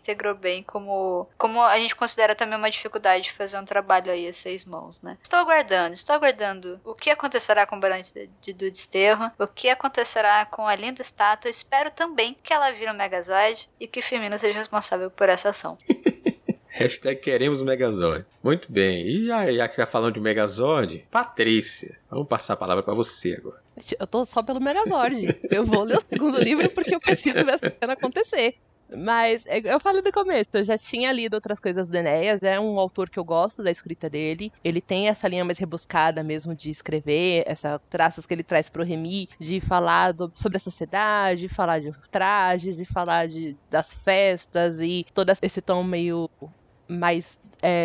como a gente considera também uma dificuldade de fazer um trabalho aí a 6 mãos, né? Estou aguardando o que acontecerá com o Barão do Desterro, o que acontecerá com a linda estátua. Espero também que ela vire um Megazord e que Firmino seja responsável por essa ação. Hashtag queremos Megazord. Muito bem. E já que já falando de Megazord, Patrícia, vamos passar a palavra pra você agora. Eu tô só pelo Megazord. Eu vou ler o segundo livro porque eu preciso ver essa cena acontecer. Mas eu falei do começo, eu já tinha lido outras coisas do Enéas, é um autor que eu gosto da escrita dele. Ele tem essa linha mais rebuscada mesmo de escrever, essas traças que ele traz pro Remy, de falar sobre a sociedade, falar de trajes e falar das festas e todo esse tom meio mais...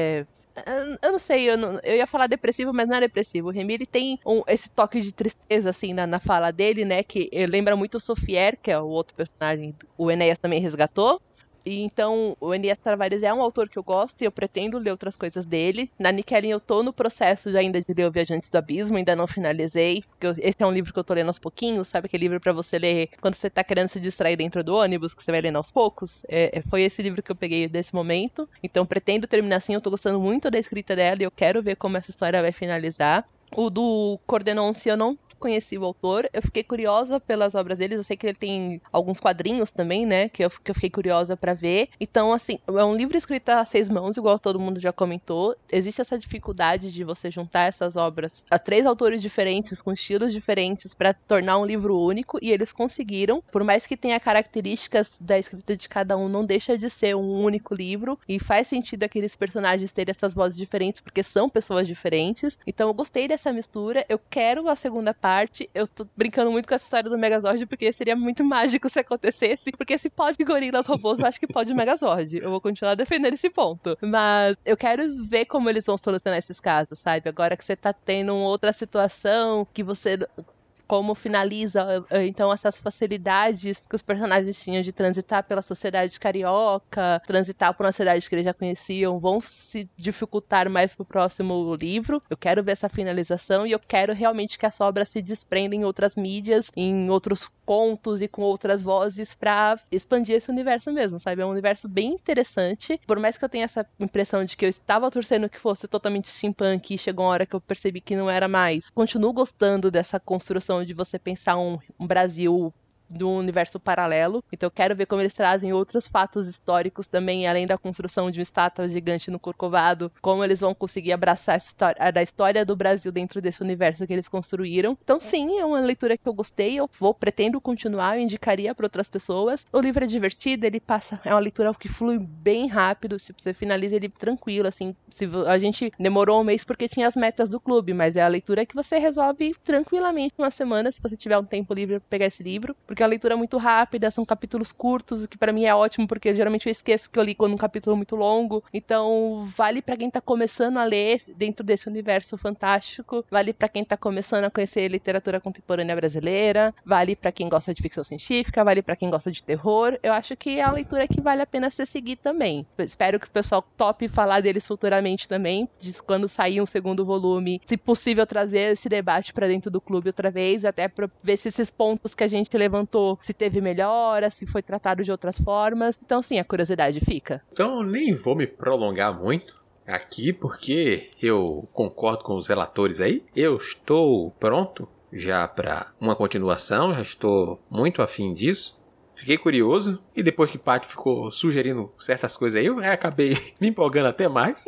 eu não sei, eu ia falar depressivo, mas não é depressivo. O Remy, ele tem esse toque de tristeza, assim, na fala dele, né? Que lembra muito o Sofier, que é o outro personagem que o Enéas também resgatou. E então, o Enéas Tavares é um autor que eu gosto e eu pretendo ler outras coisas dele. Na Nickelin eu tô no processo ainda de ler O Viajantes do Abismo, ainda não finalizei, porque esse é um livro que eu tô lendo aos pouquinhos, sabe? Aquele livro pra você ler quando você tá querendo se distrair dentro do ônibus, que você vai lendo aos poucos. Foi esse livro que eu peguei desse momento. Então, pretendo terminar assim, eu tô gostando muito da escrita dela e eu quero ver como essa história vai finalizar. O do Cordenonce eu não conheci o autor, eu fiquei curiosa pelas obras deles, eu sei que ele tem alguns quadrinhos também, né, que eu fiquei curiosa pra ver. Então, assim, é um livro escrito a 6 mãos, igual todo mundo já comentou. Existe essa dificuldade de você juntar essas obras a 3 autores diferentes, com estilos diferentes, pra tornar um livro único, e eles conseguiram. Por mais que tenha características da escrita de cada um, não deixa de ser um único livro, e faz sentido aqueles personagens terem essas vozes diferentes, porque são pessoas diferentes. Então, eu gostei dessa mistura, eu quero a segunda parte. Eu tô brincando muito com essa história do Megazord, porque seria muito mágico se acontecesse, porque se pode gorilas robôs, eu acho que pode o Megazord. Eu vou continuar defendendo esse ponto. Mas eu quero ver como eles vão solucionar esses casos, sabe? Agora que você tá tendo outra situação, que você... como finaliza, então, essas facilidades que os personagens tinham de transitar pela sociedade carioca, transitar por uma cidade que eles já conheciam, vão se dificultar mais pro próximo livro. Eu quero ver essa finalização e eu quero realmente que essa obra se desprenda em outras mídias, em outros contos e com outras vozes pra expandir esse universo mesmo, sabe? É um universo bem interessante. Por mais que eu tenha essa impressão de que eu estava torcendo que fosse totalmente steampunk e chegou uma hora que eu percebi que não era mais, continuo gostando dessa construção de você pensar um Brasil do universo paralelo. Então eu quero ver como eles trazem outros fatos históricos também, além da construção de uma estátua gigante no Corcovado, como eles vão conseguir abraçar a história do Brasil dentro desse universo que eles construíram. Então sim, é uma leitura que eu gostei, pretendo continuar, eu indicaria para outras pessoas. O livro é divertido, é uma leitura que flui bem rápido, tipo, você finaliza ele tranquilo, assim, a gente demorou um mês porque tinha as metas do clube, mas é a leitura que você resolve tranquilamente uma semana, se você tiver um tempo livre para pegar esse livro, porque é uma leitura muito rápida, são capítulos curtos, o que pra mim é ótimo, porque geralmente eu esqueço que eu li quando um capítulo é muito longo. Então, vale pra quem tá começando a ler dentro desse universo fantástico, vale pra quem tá começando a conhecer literatura contemporânea brasileira, vale pra quem gosta de ficção científica, vale pra quem gosta de terror. Eu acho que é uma leitura que vale a pena ser seguir também. Eu espero que o pessoal tope falar deles futuramente também, de quando sair um segundo volume, se possível trazer esse debate pra dentro do clube outra vez, até pra ver se esses pontos que a gente levantou, se teve melhora, se foi tratado de outras formas. Então, sim, a curiosidade fica. Então, nem vou me prolongar muito aqui, porque eu concordo com os relatores aí. Eu estou pronto já para uma continuação, já estou muito afim disso. Fiquei curioso, e depois que o Paty ficou sugerindo certas coisas aí, eu acabei me empolgando até mais.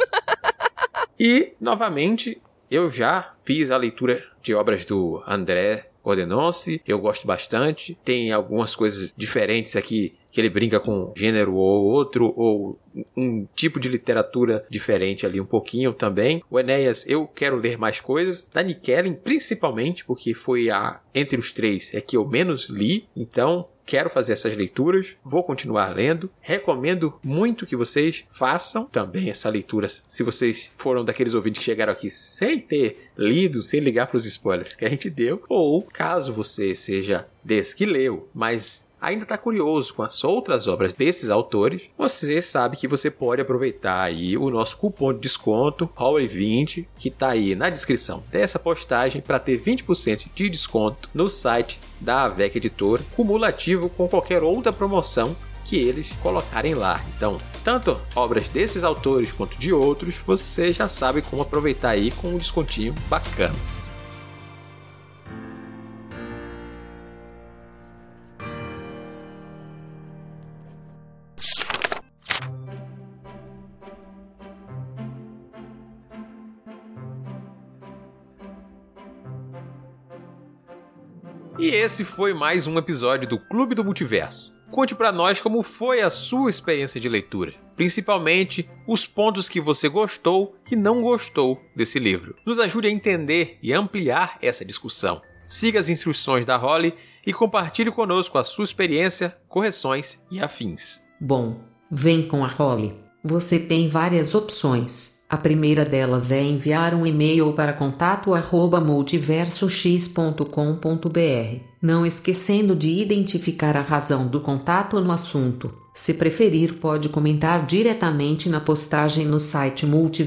E, novamente, eu já fiz a leitura de obras do André Cordenonce, eu gosto bastante. Tem algumas coisas diferentes aqui, que ele brinca com gênero ou outro, ou um tipo de literatura diferente ali um pouquinho também. O Enéas, eu quero ler mais coisas. Da Nickelin, principalmente, porque foi entre os 3 que eu menos li. Então, quero fazer essas leituras, vou continuar lendo. Recomendo muito que vocês façam também essa leitura, se vocês foram daqueles ouvintes que chegaram aqui sem ter lido, sem ligar para os spoilers que a gente deu, ou caso você seja desse que leu, mas ainda está curioso com as outras obras desses autores, você sabe que você pode aproveitar aí o nosso cupom de desconto Hallway20, que está aí na descrição dessa postagem, para ter 20% de desconto no site da AVEC Editora, cumulativo com qualquer outra promoção que eles colocarem lá. Então, tanto obras desses autores quanto de outros, você já sabe como aproveitar aí com um descontinho bacana. E esse foi mais um episódio do Clube do Multiverso. conte para nós como foi a sua experiência de leitura, principalmente os pontos que você gostou e não gostou desse livro. Nos ajude a entender e ampliar essa discussão. Siga as instruções da Holly e compartilhe conosco a sua experiência, correções e afins. Bom, vem com a Holly. Você tem várias opções. A primeira delas é enviar um e-mail para contato@multiversox.com.br, não esquecendo de identificar a razão do contato no assunto. Se preferir, pode comentar diretamente na postagem no site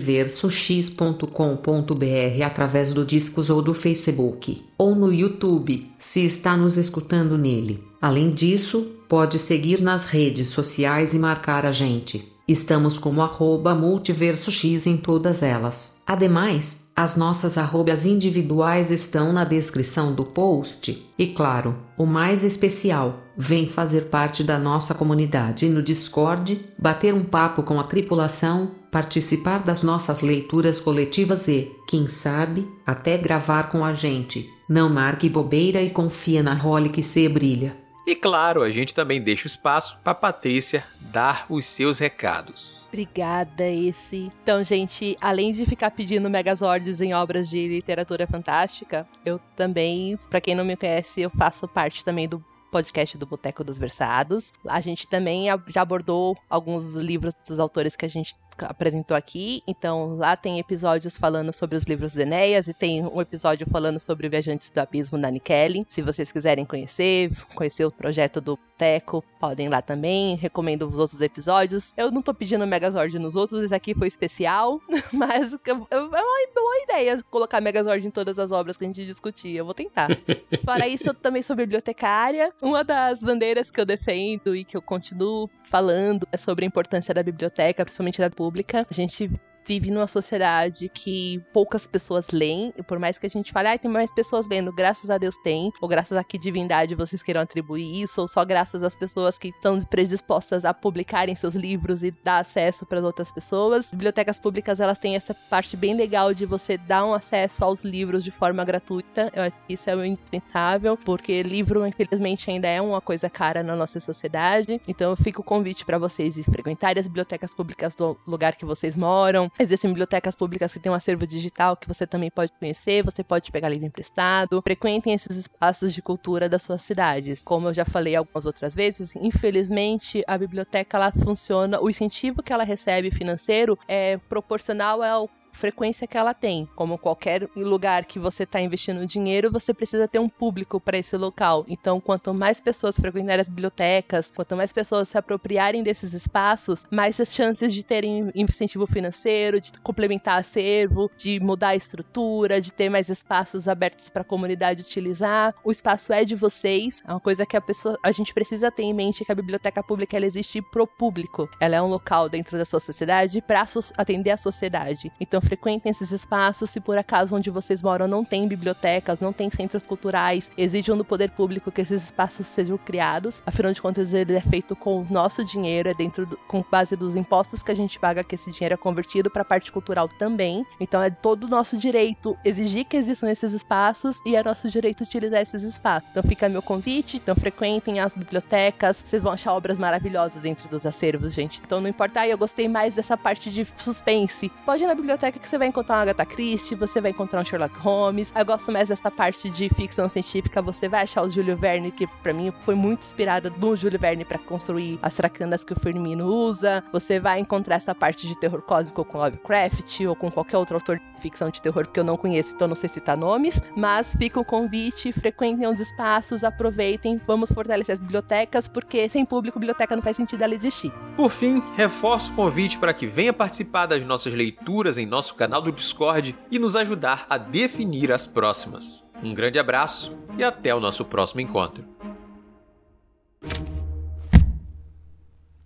multiversox.com.br através do Discos ou do Facebook, ou no YouTube, se está nos escutando nele. Além disso, pode seguir nas redes sociais e marcar a gente. Estamos como @multiversox em todas elas. Ademais, as nossas arrobas individuais estão na descrição do post. E claro, o mais especial, vem fazer parte da nossa comunidade no Discord, bater um papo com a tripulação, participar das nossas leituras coletivas e, quem sabe, até gravar com a gente. Não marque bobeira e confia na Holly que se brilha. E claro, a gente também deixa o espaço para Patrícia dar os seus recados. Obrigada, Esse. Então, gente, além de ficar pedindo Megazords em obras de literatura fantástica, eu também, pra quem não me conhece, eu faço parte também do podcast do Boteco dos Versados. A gente também já abordou alguns livros dos autores que a gente apresentou aqui, então lá tem episódios falando sobre os livros do Enéas e tem um episódio falando sobre Viajantes do Abismo da Anne Kelly. Se vocês quiserem conhecer o projeto do Boteco, podem ir lá também, recomendo os outros episódios. Eu não tô pedindo Megazord nos outros, esse aqui foi especial, mas é uma boa ideia colocar Megazord em todas as obras que a gente discutia, eu vou tentar. Fora isso, eu também sou bibliotecária. Uma das bandeiras que eu defendo e que eu continuo falando é sobre a importância da biblioteca, principalmente da pública. A gente vive numa sociedade que poucas pessoas leem, e por mais que a gente fale, tem mais pessoas lendo, graças a Deus tem, ou graças a que divindade vocês queiram atribuir isso, ou só graças às pessoas que estão predispostas a publicarem seus livros e dar acesso para as outras pessoas. Bibliotecas públicas, elas têm essa parte bem legal de você dar um acesso aos livros de forma gratuita. Eu acho que isso é indispensável, porque livro, infelizmente, ainda é uma coisa cara na nossa sociedade. Então, fica o convite para vocês ir frequentarem as bibliotecas públicas do lugar que vocês moram. Existem bibliotecas públicas que têm um acervo digital que você também pode conhecer, você pode pegar livro emprestado. Frequentem esses espaços de cultura das suas cidades. Como eu já falei algumas outras vezes, infelizmente a biblioteca ela funciona, o incentivo que ela recebe financeiro é proporcional ao frequência que ela tem. Como qualquer lugar que você está investindo dinheiro, você precisa ter um público para esse local. Então, quanto mais pessoas frequentarem as bibliotecas, quanto mais pessoas se apropriarem desses espaços, mais as chances de terem incentivo financeiro, de complementar acervo, de mudar a estrutura, de ter mais espaços abertos para a comunidade utilizar. O espaço é de vocês. É uma coisa que a gente precisa ter em mente, que a biblioteca pública ela existe pro público. Ela é um local dentro da sua sociedade para atender a sociedade. Então, frequentem esses espaços. Se por acaso onde vocês moram não tem bibliotecas, não tem centros culturais, exijam do poder público que esses espaços sejam criados. Afinal de contas, ele é feito com o nosso dinheiro, com base dos impostos que a gente paga, que esse dinheiro é convertido para a parte cultural também. Então é todo o nosso direito exigir que existam esses espaços e é nosso direito utilizar esses espaços. Então fica meu convite, então frequentem as bibliotecas, vocês vão achar obras maravilhosas dentro dos acervos, gente. Então não importa, eu gostei mais dessa parte de suspense. Pode ir na biblioteca que você vai encontrar uma Agatha Christie, você vai encontrar um Sherlock Holmes. Eu gosto mais dessa parte de ficção científica, você vai achar o Júlio Verne, que pra mim foi muito inspirada no Júlio Verne pra construir as tracandas que o Firmino usa. Você vai encontrar essa parte de terror cósmico com Lovecraft ou com qualquer outro autor de ficção de terror que eu não conheço, então não sei citar nomes, mas fica o convite, frequentem os espaços, aproveitem, vamos fortalecer as bibliotecas, porque sem público, biblioteca não faz sentido ela existir. Por fim, reforço o convite para que venha participar das nossas leituras em nosso canal do Discord e nos ajudar a definir as próximas. Um grande abraço e até o nosso próximo encontro.